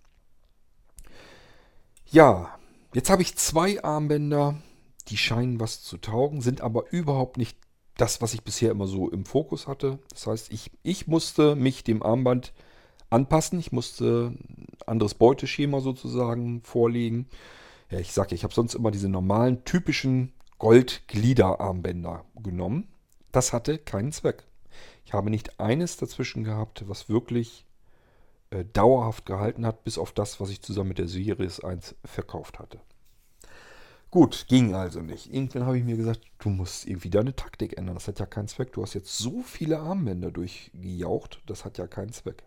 Ja, jetzt habe ich zwei Armbänder, die scheinen was zu taugen, sind aber überhaupt nicht das, was ich bisher immer so im Fokus hatte. Das heißt, ich, ich musste mich dem Armband anpassen. Ich musste ein anderes Beuteschema sozusagen vorlegen. Ja, ich sage, ich habe sonst immer diese normalen, typischen Gold-Glieder-Armbänder genommen. Das hatte keinen Zweck. Ich habe nicht eines dazwischen gehabt, was wirklich äh, dauerhaft gehalten hat, bis auf das, was ich zusammen mit der Series eins verkauft hatte. Gut, ging also nicht. Irgendwann habe ich mir gesagt, du musst irgendwie deine Taktik ändern. Das hat ja keinen Zweck. Du hast jetzt so viele Armbänder durchgejaucht, das hat ja keinen Zweck.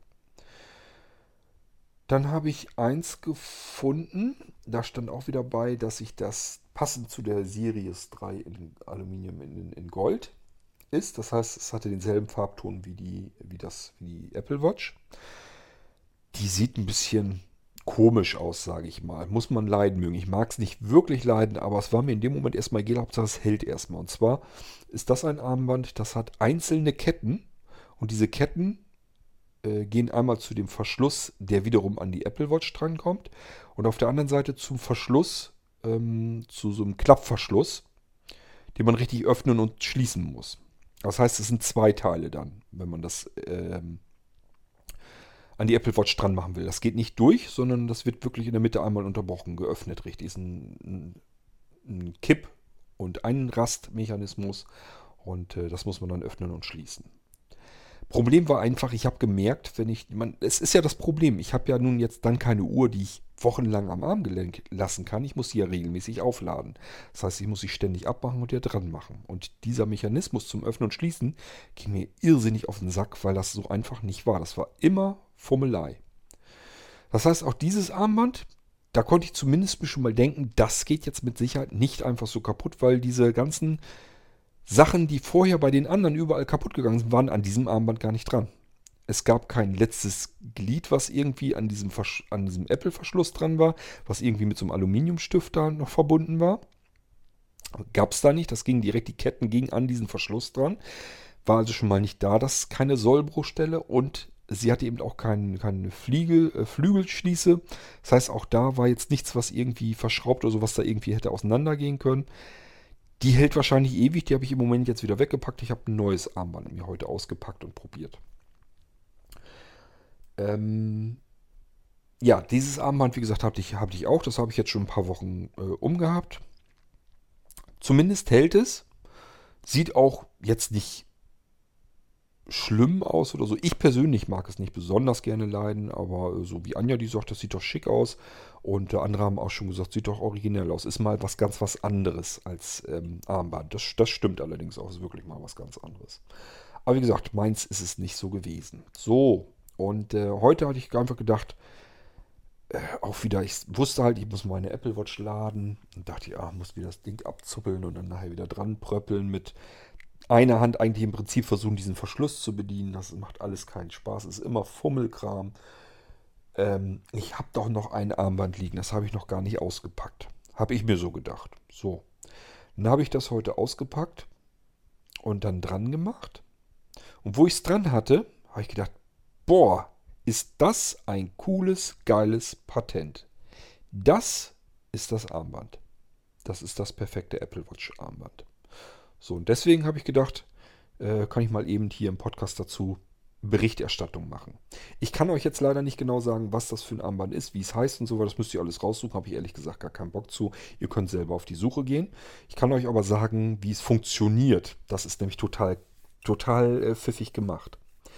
Dann habe ich eins gefunden. Da stand auch wieder bei, dass ich das passend zu der Series drei in Aluminium in, in Gold ist. Das heißt, es hatte denselben Farbton wie die, wie das, wie die Apple Watch. Die sieht ein bisschen komisch aus, sage ich mal. Muss man leiden mögen. Ich mag es nicht wirklich leiden, aber es war mir in dem Moment erstmal egal. Hauptsache es hält erstmal. Und zwar ist das ein Armband, das hat einzelne Ketten. Und diese Ketten äh, gehen einmal zu dem Verschluss, der wiederum an die Apple Watch drankommt. Und auf der anderen Seite zum Verschluss, ähm, zu so einem Klappverschluss. den man richtig öffnen und schließen muss. Das heißt, es sind zwei Teile dann, wenn man das ähm, an die Apple Watch dran machen will. Das geht nicht durch, sondern das wird wirklich in der Mitte einmal unterbrochen, geöffnet, richtig. Ist ein, ein, ein Kipp- und Einrastmechanismus und äh, das muss man dann öffnen und schließen. Problem war einfach, ich habe gemerkt, wenn ich, man, es ist ja das Problem, ich habe ja nun jetzt dann keine Uhr, die ich wochenlang am Armgelenk lassen kann. Ich muss sie ja regelmäßig aufladen. Das heißt, ich muss sie ständig abmachen und ja dran machen. Und dieser Mechanismus zum Öffnen und Schließen ging mir irrsinnig auf den Sack, weil das so einfach nicht war. Das war immer Fummelei. Das heißt, auch dieses Armband, da konnte ich zumindest mir schon mal denken, das geht jetzt mit Sicherheit nicht einfach so kaputt, weil diese ganzen Sachen, die vorher bei den anderen überall kaputt gegangen sind, waren an diesem Armband gar nicht dran. Es gab kein letztes Glied, was irgendwie an diesem, Versch- an diesem Apple-Verschluss dran war, was irgendwie mit so einem Aluminiumstift da noch verbunden war. Gab es da nicht. Das ging direkt, die Ketten gingen an diesen Verschluss dran. War also schon mal nicht da, das ist keine Sollbruchstelle und sie hatte eben auch kein, keine Fliegel, äh, Flügelschließe. Das heißt, auch da war jetzt nichts, was irgendwie verschraubt oder so, was da irgendwie hätte auseinandergehen können. Die hält wahrscheinlich ewig, die habe ich im Moment jetzt wieder weggepackt. Ich habe ein neues Armband mir heute ausgepackt und probiert. Ähm, ja, dieses Armband, wie gesagt, hatte ich, hatte ich auch. Das habe ich jetzt schon ein paar Wochen äh, umgehabt. Zumindest hält es. Sieht auch jetzt nicht schlimm aus oder so. Ich persönlich mag es nicht besonders gerne leiden, aber äh, so wie Anja, die sagt, das sieht doch schick aus. Und äh, andere haben auch schon gesagt, sieht doch originell aus. Ist mal was ganz was anderes als ähm, Armband. Das, das stimmt allerdings auch. Ist wirklich mal was ganz anderes. Aber wie gesagt, meins ist es nicht so gewesen. So, und äh, heute hatte ich einfach gedacht, äh, auch wieder, ich wusste halt, ich muss meine Apple Watch laden. Und dachte, ja, muss wieder das Ding abzuppeln und dann nachher wieder dran pröppeln mit einer Hand eigentlich im Prinzip versuchen, diesen Verschluss zu bedienen. Das macht alles keinen Spaß. Ist immer Fummelkram. Ähm, ich habe doch noch ein Armband liegen. Das habe ich noch gar nicht ausgepackt. Habe ich mir so gedacht. So. Dann habe ich das heute ausgepackt und dann dran gemacht. Und wo ich es dran hatte, habe ich gedacht, boah, ist das ein cooles, geiles Patent. Das ist das Armband. Das ist das perfekte Apple Watch Armband. So, und deswegen habe ich gedacht, äh, kann ich mal eben hier im Podcast dazu Berichterstattung machen. Ich kann euch jetzt leider nicht genau sagen, was das für ein Armband ist, wie es heißt und so, weil das müsst ihr alles raussuchen, habe ich ehrlich gesagt gar keinen Bock zu. Ihr könnt selber auf die Suche gehen. Ich kann euch aber sagen, wie es funktioniert. Das ist nämlich total, total äh, pfiffig gemacht.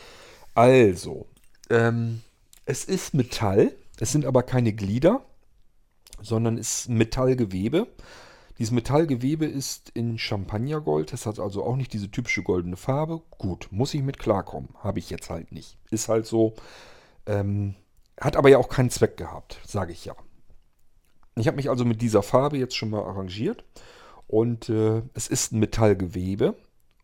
Also, ähm, es ist Metall, es sind aber keine Glieder, sondern es ist Metallgewebe. Dieses Metallgewebe ist in Champagnergold. Das hat also auch nicht diese typische goldene Farbe. Gut, muss ich mit klarkommen. Habe ich jetzt halt nicht. Ist halt so. Ähm, hat aber ja auch keinen Zweck gehabt, sage ich ja. Ich habe mich also mit dieser Farbe jetzt schon mal arrangiert. Und äh, es ist ein Metallgewebe.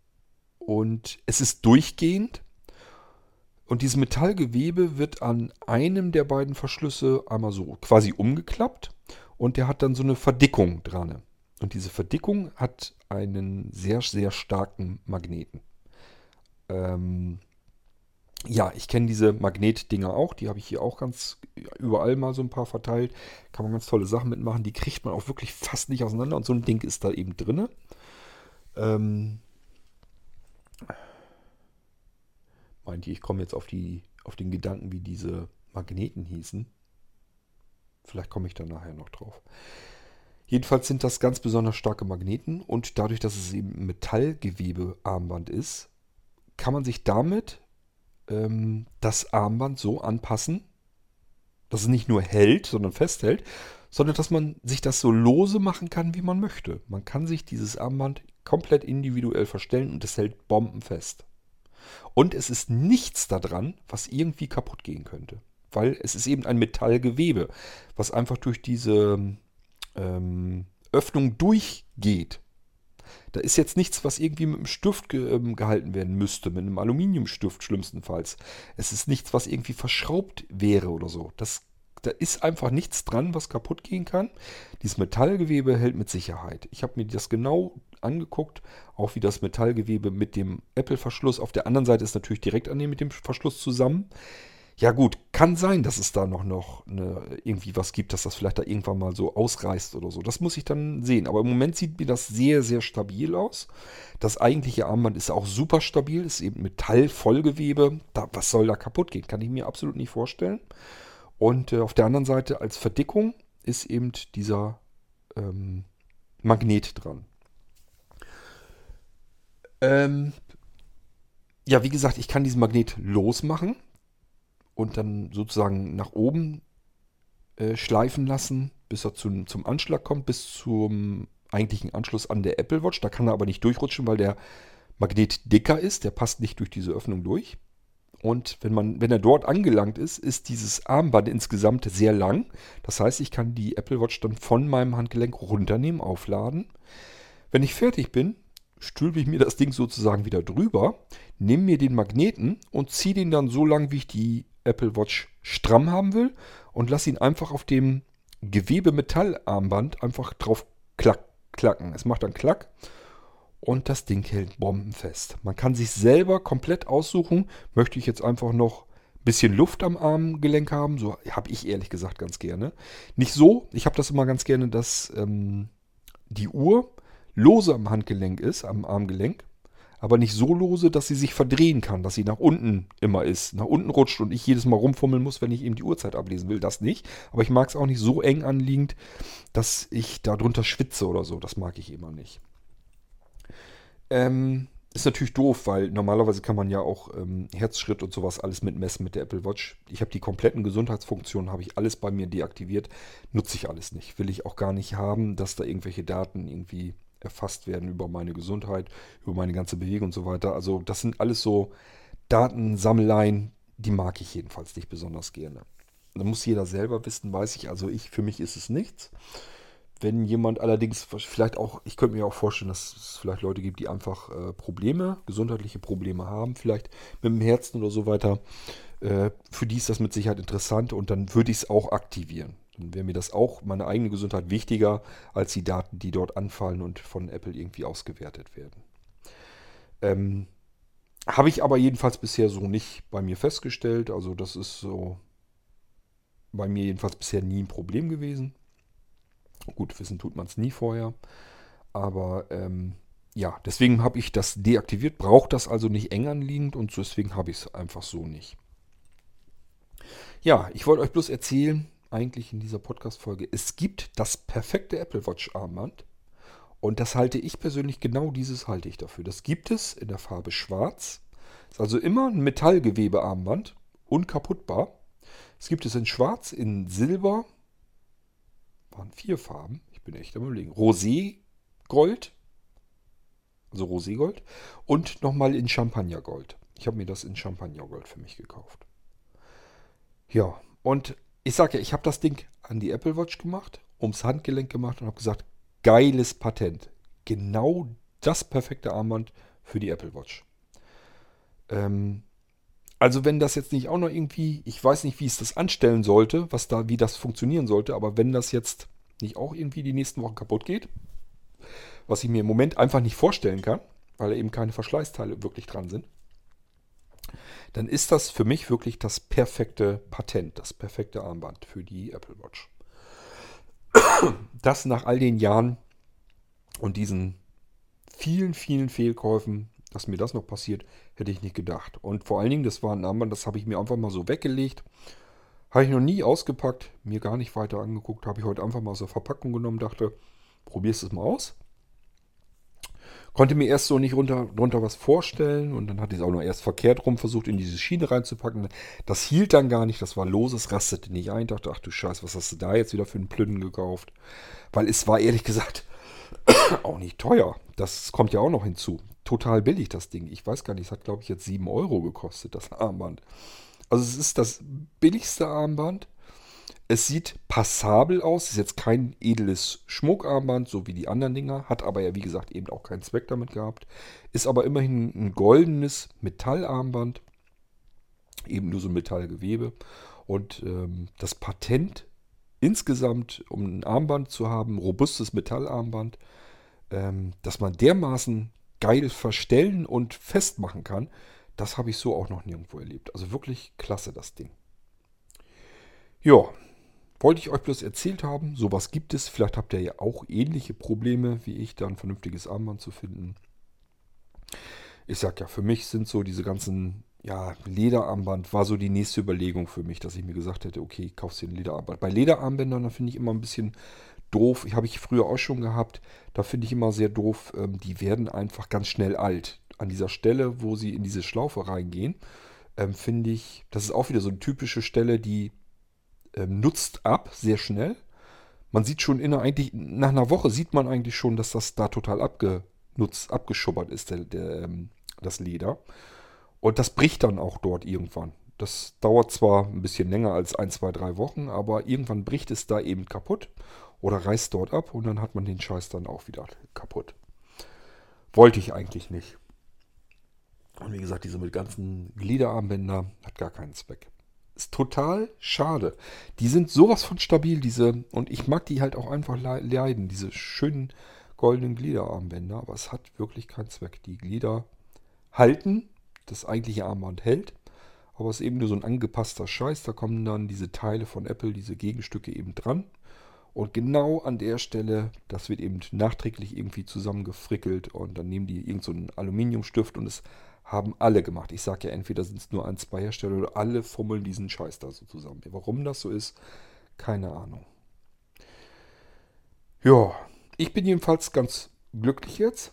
Und es ist durchgehend. Und dieses Metallgewebe wird an einem der beiden Verschlüsse einmal so quasi umgeklappt. Und der hat dann so eine Verdickung dran. Und diese Verdickung hat einen sehr, sehr starken Magneten. Ähm, ja, ich kenne diese Magnetdinger auch. Die habe ich hier auch ganz überall mal so ein paar verteilt. Kann man ganz tolle Sachen mitmachen. Die kriegt man auch wirklich fast nicht auseinander. Und so ein Ding ist da eben drin. Ähm, meint ihr, ich komme jetzt auf, die, auf den Gedanken, wie diese Magneten hießen. Vielleicht komme ich da nachher noch drauf. Jedenfalls sind das ganz besonders starke Magneten und dadurch, dass es eben ein Metallgewebe-Armband ist, kann man sich damit ähm, das Armband so anpassen, dass es nicht nur hält, sondern festhält, sondern dass man sich das so lose machen kann, wie man möchte. Man kann sich dieses Armband komplett individuell verstellen und es hält bombenfest. Und es ist nichts daran, was irgendwie kaputt gehen könnte. Weil es ist eben ein Metallgewebe, was einfach durch diese ähm, Öffnung durchgeht. Da ist jetzt nichts, was irgendwie mit einem Stift ge ähm, gehalten werden müsste, mit einem Aluminiumstift schlimmstenfalls. Es ist nichts, was irgendwie verschraubt wäre oder so. Das, da ist einfach nichts dran, was kaputt gehen kann. Dieses Metallgewebe hält mit Sicherheit. Ich habe mir das genau angeguckt, auch wie das Metallgewebe mit dem Apple-Verschluss. Auf der anderen Seite ist natürlich direkt an dem mit dem Verschluss zusammen. Ja gut, kann sein, dass es da noch, noch eine, irgendwie was gibt, dass das vielleicht da irgendwann mal so ausreißt oder so. Das muss ich dann sehen. Aber im Moment sieht mir das sehr, sehr stabil aus. Das eigentliche Armband ist auch super stabil, ist eben Metall-Vollgewebe. Da, was soll da kaputt gehen? Kann ich mir absolut nicht vorstellen. Und äh, auf der anderen Seite als Verdickung ist eben dieser ähm, Magnet dran. Ähm, ja, wie gesagt, ich kann diesen Magnet losmachen und dann sozusagen nach oben äh, schleifen lassen, bis er zum, zum Anschlag kommt, bis zum eigentlichen Anschluss an der Apple Watch. Da kann er aber nicht durchrutschen, weil der Magnet dicker ist. Der passt nicht durch diese Öffnung durch. Und wenn man, wenn er dort angelangt ist, ist dieses Armband insgesamt sehr lang. Das heißt, ich kann die Apple Watch dann von meinem Handgelenk runternehmen, aufladen. Wenn ich fertig bin, stülpe ich mir das Ding sozusagen wieder drüber, nehme mir den Magneten und ziehe den dann so lang, wie ich die Apple Watch stramm haben will und lasse ihn einfach auf dem Gewebe-Metall-Armband einfach drauf klack, klacken. Es macht dann Klack und das Ding hält bombenfest. Man kann sich selber komplett aussuchen, möchte ich jetzt einfach noch ein bisschen Luft am Armgelenk haben, so habe ich ehrlich gesagt ganz gerne. Nicht so, ich habe das immer ganz gerne, dass ähm, die Uhr lose am Handgelenk ist, am Armgelenk, aber nicht so lose, dass sie sich verdrehen kann, dass sie nach unten immer ist, nach unten rutscht und ich jedes Mal rumfummeln muss, wenn ich eben die Uhrzeit ablesen will. Das nicht. Aber ich mag es auch nicht so eng anliegend, dass ich darunter schwitze oder so. Das mag ich immer nicht. Ähm, ist natürlich doof, weil normalerweise kann man ja auch ähm, Herzschritt und sowas alles mitmessen mit der Apple Watch. Ich habe die kompletten Gesundheitsfunktionen, habe ich alles bei mir deaktiviert. Nutze ich alles nicht. Will ich auch gar nicht haben, dass da irgendwelche Daten irgendwie erfasst werden über meine Gesundheit, über meine ganze Bewegung und so weiter. Also das sind alles so Datensammeleien, die mag ich jedenfalls nicht besonders gerne. Da muss jeder selber wissen, weiß ich. Also ich, für mich ist es nichts. Wenn jemand allerdings vielleicht auch, ich könnte mir auch vorstellen, dass es vielleicht Leute gibt, die einfach äh, Probleme, gesundheitliche Probleme haben, vielleicht mit dem Herzen oder so weiter. Äh, für die ist das mit Sicherheit interessant und dann würde ich es auch aktivieren. Dann wäre mir das auch, meine eigene Gesundheit, wichtiger als die Daten, die dort anfallen und von Apple irgendwie ausgewertet werden. Ähm, Habe ich aber jedenfalls bisher so nicht bei mir festgestellt. Also das ist so bei mir jedenfalls bisher nie ein Problem gewesen. Gut, wissen tut man es nie vorher. Aber ähm, ja, deswegen habe ich das deaktiviert, braucht das also nicht eng anliegend und deswegen habe ich es einfach so nicht. Ja, ich wollte euch bloß erzählen, eigentlich in dieser Podcast-Folge, es gibt das perfekte Apple Watch Armband und das halte ich persönlich, genau dieses halte ich dafür. Das gibt es in der Farbe Schwarz. Ist also immer ein Metallgewebe-Armband, unkaputtbar. Es gibt es in Schwarz, in Silber, waren vier Farben, ich bin echt am Überlegen, Roségold, also Roségold und nochmal in Champagnergold. Ich habe mir das in Champagnergold für mich gekauft. Ja, und ich sage ja, ich habe das Ding an die Apple Watch gemacht, ums Handgelenk gemacht und habe gesagt, geiles Patent. Genau das perfekte Armband für die Apple Watch. Ähm, also wenn das jetzt nicht auch noch irgendwie, ich weiß nicht, wie es das anstellen sollte, was da, wie das funktionieren sollte, aber wenn das jetzt nicht auch irgendwie die nächsten Wochen kaputt geht, was ich mir im Moment einfach nicht vorstellen kann, weil eben keine Verschleißteile wirklich dran sind, dann ist das für mich wirklich das perfekte Patent, das perfekte Armband für die Apple Watch. Das nach all den Jahren und diesen vielen, vielen Fehlkäufen, dass mir das noch passiert, hätte ich nicht gedacht. Und vor allen Dingen, das war ein Armband, das habe ich mir einfach mal so weggelegt. Habe ich noch nie ausgepackt, mir gar nicht weiter angeguckt, habe ich heute einfach mal aus der Verpackung genommen, dachte, probierst es mal aus. Konnte mir erst so nicht runter, drunter was vorstellen und dann hatte ich es auch noch erst verkehrt rum versucht, in diese Schiene reinzupacken. Das hielt dann gar nicht, das war los, es rastete nicht ein. Ich dachte, ach du Scheiß, was hast du da jetzt wieder für einen Plünden gekauft? Weil es war ehrlich gesagt auch nicht teuer. Das kommt ja auch noch hinzu. Total billig das Ding. Ich weiß gar nicht, es hat glaube ich jetzt sieben Euro gekostet, das Armband. Also es ist das billigste Armband. Es sieht passabel aus. Ist jetzt kein edles Schmuckarmband, so wie die anderen Dinger. Hat aber ja, wie gesagt, eben auch keinen Zweck damit gehabt. Ist aber immerhin ein goldenes Metallarmband. Eben nur so ein Metallgewebe. Und ähm, das Patent insgesamt, um ein Armband zu haben, robustes Metallarmband, ähm, dass man dermaßen geil verstellen und festmachen kann, das habe ich so auch noch nirgendwo erlebt. Also wirklich klasse, das Ding. Ja, wollte ich euch bloß erzählt haben. Sowas gibt es. Vielleicht habt ihr ja auch ähnliche Probleme wie ich, da ein vernünftiges Armband zu finden. Ich sag ja, für mich sind so diese ganzen, ja, Lederarmband war so die nächste Überlegung für mich, dass ich mir gesagt hätte, okay, kaufst dir ein Lederarmband. Bei Lederarmbändern, da finde ich immer ein bisschen doof. Ich habe ich früher auch schon gehabt. Da finde ich immer sehr doof. Ähm, die werden einfach ganz schnell alt. An dieser Stelle, wo sie in diese Schlaufe reingehen, ähm, finde ich, das ist auch wieder so eine typische Stelle, die ähm, nutzt ab, sehr schnell. Man sieht schon inner, eigentlich, nach einer Woche sieht man eigentlich schon, dass das da total abgenutzt, abgeschubbert ist, der, der, ähm, das Leder. Und das bricht dann auch dort irgendwann. Das dauert zwar ein bisschen länger als ein, zwei, drei Wochen, aber irgendwann bricht es da eben kaputt oder reißt dort ab und dann hat man den Scheiß dann auch wieder kaputt. Wollte ich eigentlich nicht. Und wie gesagt, diese mit ganzen Gliederarmbänder hat gar keinen Zweck. Ist total schade. Die sind sowas von stabil, diese, und ich mag die halt auch einfach leiden, diese schönen goldenen Gliederarmbänder, aber es hat wirklich keinen Zweck. Die Glieder halten, das eigentliche Armband hält, aber es ist eben nur so ein angepasster Scheiß. Da kommen dann diese Teile von Apple, diese Gegenstücke eben dran. Und genau an der Stelle, das wird eben nachträglich irgendwie zusammengefrickelt und dann nehmen die irgend so einen Aluminiumstift und es haben alle gemacht. Ich sage ja, entweder sind es nur ein, zwei Hersteller oder alle fummeln diesen Scheiß da so zusammen. Warum das so ist, keine Ahnung. Ja, ich bin jedenfalls ganz glücklich jetzt,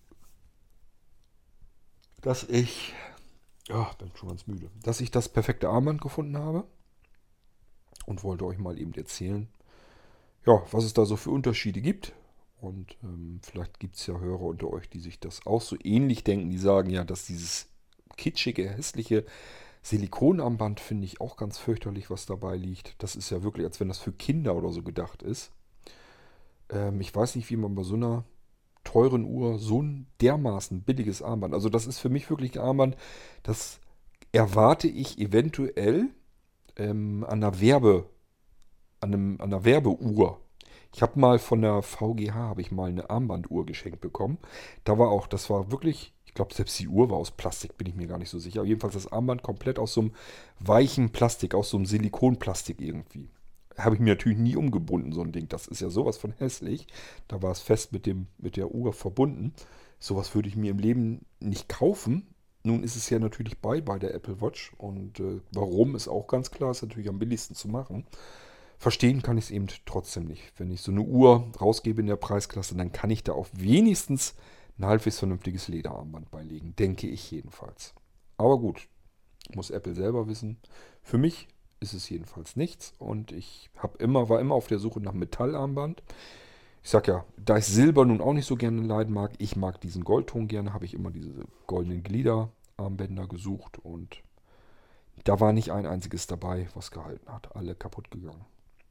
dass ich, ja, bin schon ganz müde, dass ich das perfekte Armband gefunden habe und wollte euch mal eben erzählen, ja, was es da so für Unterschiede gibt. Und ähm, vielleicht gibt es ja Hörer unter euch, die sich das auch so ähnlich denken. Die sagen ja, dass dieses kitschige, hässliche Silikonarmband finde ich auch ganz fürchterlich, was dabei liegt. Das ist ja wirklich, als wenn das für Kinder oder so gedacht ist. Ähm, ich weiß nicht, wie man bei so einer teuren Uhr so ein dermaßen billiges Armband. Also das ist für mich wirklich ein Armband, das erwarte ich eventuell ähm, an einer Werbe, an, einem, an einer Werbeuhr. Ich habe mal von der V G H habe ich mal eine Armbanduhr geschenkt bekommen. Da war auch, das war wirklich, ich glaube selbst die Uhr war aus Plastik, bin ich mir gar nicht so sicher. Aber jedenfalls das Armband komplett aus so einem weichen Plastik, aus so einem Silikonplastik irgendwie. Habe ich mir natürlich nie umgebunden, so ein Ding. Das ist ja sowas von hässlich. Da war es fest mit dem, mit der Uhr verbunden. Sowas würde ich mir im Leben nicht kaufen. Nun ist es ja natürlich bei bei der Apple Watch. Und äh, warum ist auch ganz klar, ist natürlich am billigsten zu machen. Verstehen kann ich es eben trotzdem nicht. Wenn ich so eine Uhr rausgebe in der Preisklasse, dann kann ich da auch wenigstens ein halbwegs vernünftiges Lederarmband beilegen. Denke ich jedenfalls. Aber gut, muss Apple selber wissen. Für mich ist es jedenfalls nichts. Und ich hab immer, war immer auf der Suche nach Metallarmband. Ich sag ja, da ich Silber nun auch nicht so gerne leiden mag, ich mag diesen Goldton gerne, habe ich immer diese goldenen Gliederarmbänder gesucht. Und da war nicht ein einziges dabei, was gehalten hat. Alle kaputt gegangen.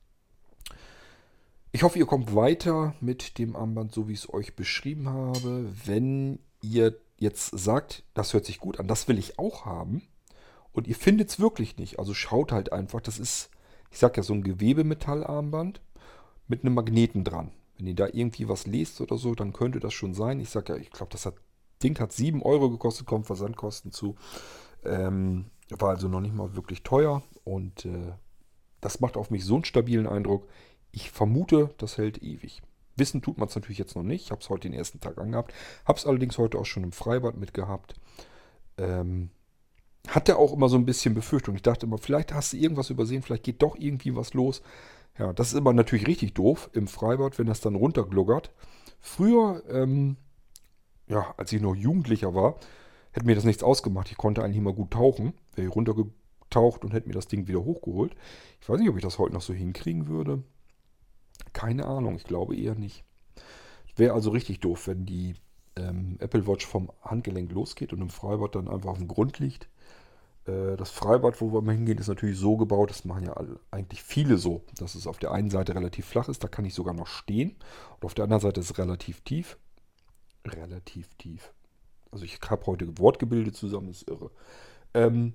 Ich hoffe, ihr kommt weiter mit dem Armband, so wie ich es euch beschrieben habe. Wenn ihr jetzt sagt, das hört sich gut an, das will ich auch haben und ihr findet es wirklich nicht, also schaut halt einfach, das ist, ich sag ja, so ein Gewebemetallarmband mit einem Magneten dran. Wenn ihr da irgendwie was lest oder so, dann könnte das schon sein. Ich sag ja, ich glaube, das hat, Ding hat sieben Euro gekostet, kommt Versandkosten zu. Ähm, war also noch nicht mal wirklich teuer und äh, das macht auf mich so einen stabilen Eindruck. Ich vermute, das hält ewig. Wissen tut man es natürlich jetzt noch nicht. Ich habe es heute den ersten Tag angehabt. Habe es allerdings heute auch schon im Freibad mitgehabt. Ähm, hatte auch immer so ein bisschen Befürchtung. Ich dachte immer, vielleicht hast du irgendwas übersehen, vielleicht geht doch irgendwie was los. Ja, das ist immer natürlich richtig doof im Freibad, wenn das dann runtergluckert. Früher, ähm, ja, als ich noch Jugendlicher war, hätte mir das nichts ausgemacht. Ich konnte eigentlich immer gut tauchen. Wäre ich runtergetaucht und hätte mir das Ding wieder hochgeholt. Ich weiß nicht, ob ich das heute noch so hinkriegen würde. Keine Ahnung, ich glaube eher nicht. Wäre also richtig doof, wenn die ähm, Apple Watch vom Handgelenk losgeht und im Freibad dann einfach auf dem Grund liegt. Äh, das Freibad, wo wir mal hingehen, ist natürlich so gebaut, das machen ja alle, eigentlich viele so, dass es auf der einen Seite relativ flach ist, da kann ich sogar noch stehen. Und auf der anderen Seite ist es relativ tief. Relativ tief. Also ich habe heute Wortgebilde zusammen, das ist irre. Ähm,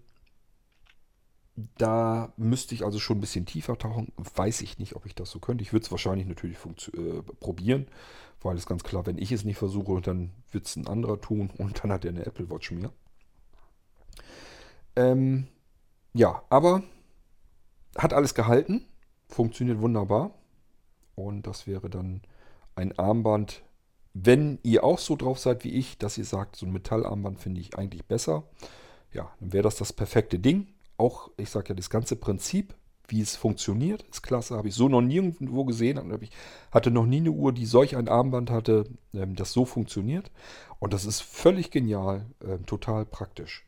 Da müsste ich also schon ein bisschen tiefer tauchen. Weiß ich nicht, ob ich das so könnte. Ich würde es wahrscheinlich natürlich äh, probieren, weil es ganz klar, wenn ich es nicht versuche, dann wird es ein anderer tun und dann hat er eine Apple Watch mehr. Ähm, ja, aber hat alles gehalten, funktioniert wunderbar. Und das wäre dann ein Armband, wenn ihr auch so drauf seid wie ich, dass ihr sagt, so ein Metallarmband finde ich eigentlich besser. Ja, dann wäre das das perfekte Ding. Auch, ich sage ja, das ganze Prinzip, wie es funktioniert, ist klasse. Habe ich so noch nirgendwo gesehen. Ich hatte noch nie eine Uhr, die solch ein Armband hatte, das so funktioniert. Und das ist völlig genial, total praktisch.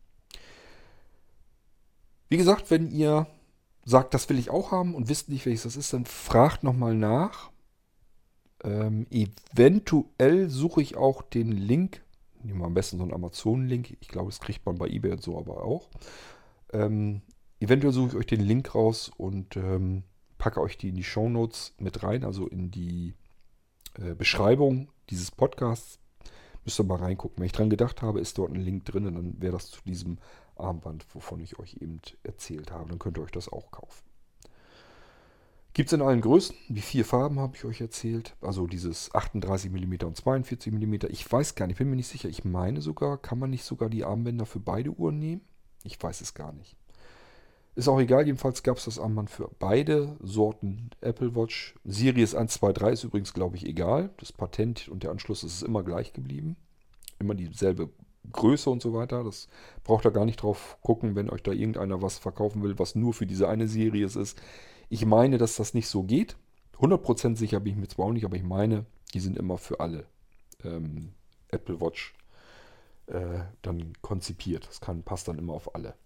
Wie gesagt, wenn ihr sagt, das will ich auch haben und wisst nicht, welches das ist, dann fragt nochmal nach. Ähm, eventuell suche ich auch den Link. Nehmen wir am besten so einen Amazon-Link. Ich glaube, das kriegt man bei eBay und so aber auch. Ähm, eventuell suche ich euch den Link raus und ähm, packe euch die in die Shownotes mit rein, also in die äh, Beschreibung dieses Podcasts. Müsst ihr mal reingucken. Wenn ich dran gedacht habe, ist dort ein Link drin und dann wäre das zu diesem Armband, wovon ich euch eben erzählt habe. Dann könnt ihr euch das auch kaufen. Gibt es in allen Größen. Die vier Farben habe ich euch erzählt. Also dieses achtunddreißig Millimeter und zweiundvierzig Millimeter. Ich weiß gar nicht, bin mir nicht sicher. Ich meine sogar, kann man nicht sogar die Armbänder für beide Uhren nehmen? Ich weiß es gar nicht. Ist auch egal. Jedenfalls gab es das Armband für beide Sorten Apple Watch. Series eins, zwei, drei ist übrigens, glaube ich, egal. Das Patent und der Anschluss ist immer gleich geblieben. Immer dieselbe Größe und so weiter. Das braucht ihr gar nicht drauf gucken, wenn euch da irgendeiner was verkaufen will, was nur für diese eine Serie ist. Ich meine, dass das nicht so geht. hundert Prozent sicher bin ich mir zwar auch nicht, aber ich meine, die sind immer für alle ähm, Apple Watch äh, dann konzipiert. Das kann, passt dann immer auf alle.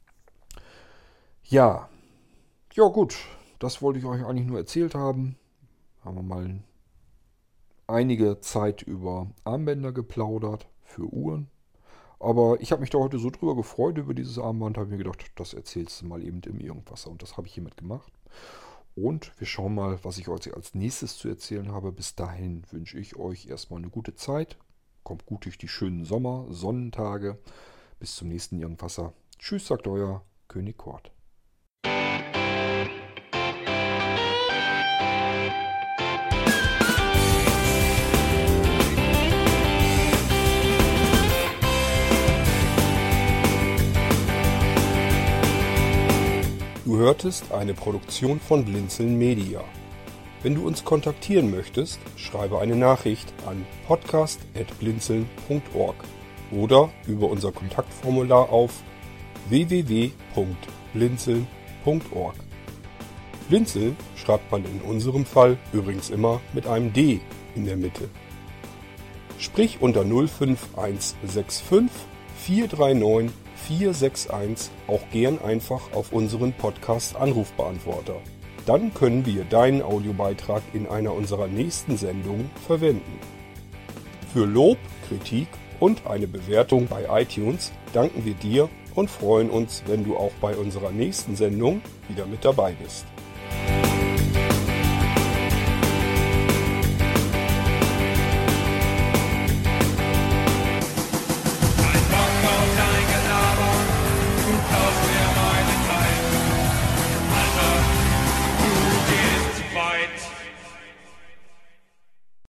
Ja, ja gut, das wollte ich euch eigentlich nur erzählt haben. Haben wir mal einige Zeit über Armbänder geplaudert für Uhren. Aber ich habe mich da heute so drüber gefreut über dieses Armband, habe mir gedacht, das erzählst du mal eben im Irgendwasser. Und das habe ich hiermit gemacht. Und wir schauen mal, was ich euch als nächstes zu erzählen habe. Bis dahin wünsche ich euch erstmal eine gute Zeit. Kommt gut durch die schönen Sommer, Sonnentage. Bis zum nächsten Irgendwasser. Tschüss, sagt euer König Kort. Du hörtest eine Produktion von Blinzeln Media. Wenn du uns kontaktieren möchtest, schreibe eine Nachricht an podcast at blinzeln punkt org oder über unser Kontaktformular auf w w w punkt blinzeln punkt org. Blinzeln schreibt man in unserem Fall übrigens immer mit einem D in der Mitte. Sprich unter null fünf eins sechs fünf vier drei neun vier sechs eins auch gern einfach auf unseren Podcast-Anrufbeantworter. Dann können wir deinen Audiobeitrag in einer unserer nächsten Sendungen verwenden. Für Lob, Kritik und eine Bewertung bei iTunes danken wir dir und freuen uns, wenn du auch bei unserer nächsten Sendung wieder mit dabei bist.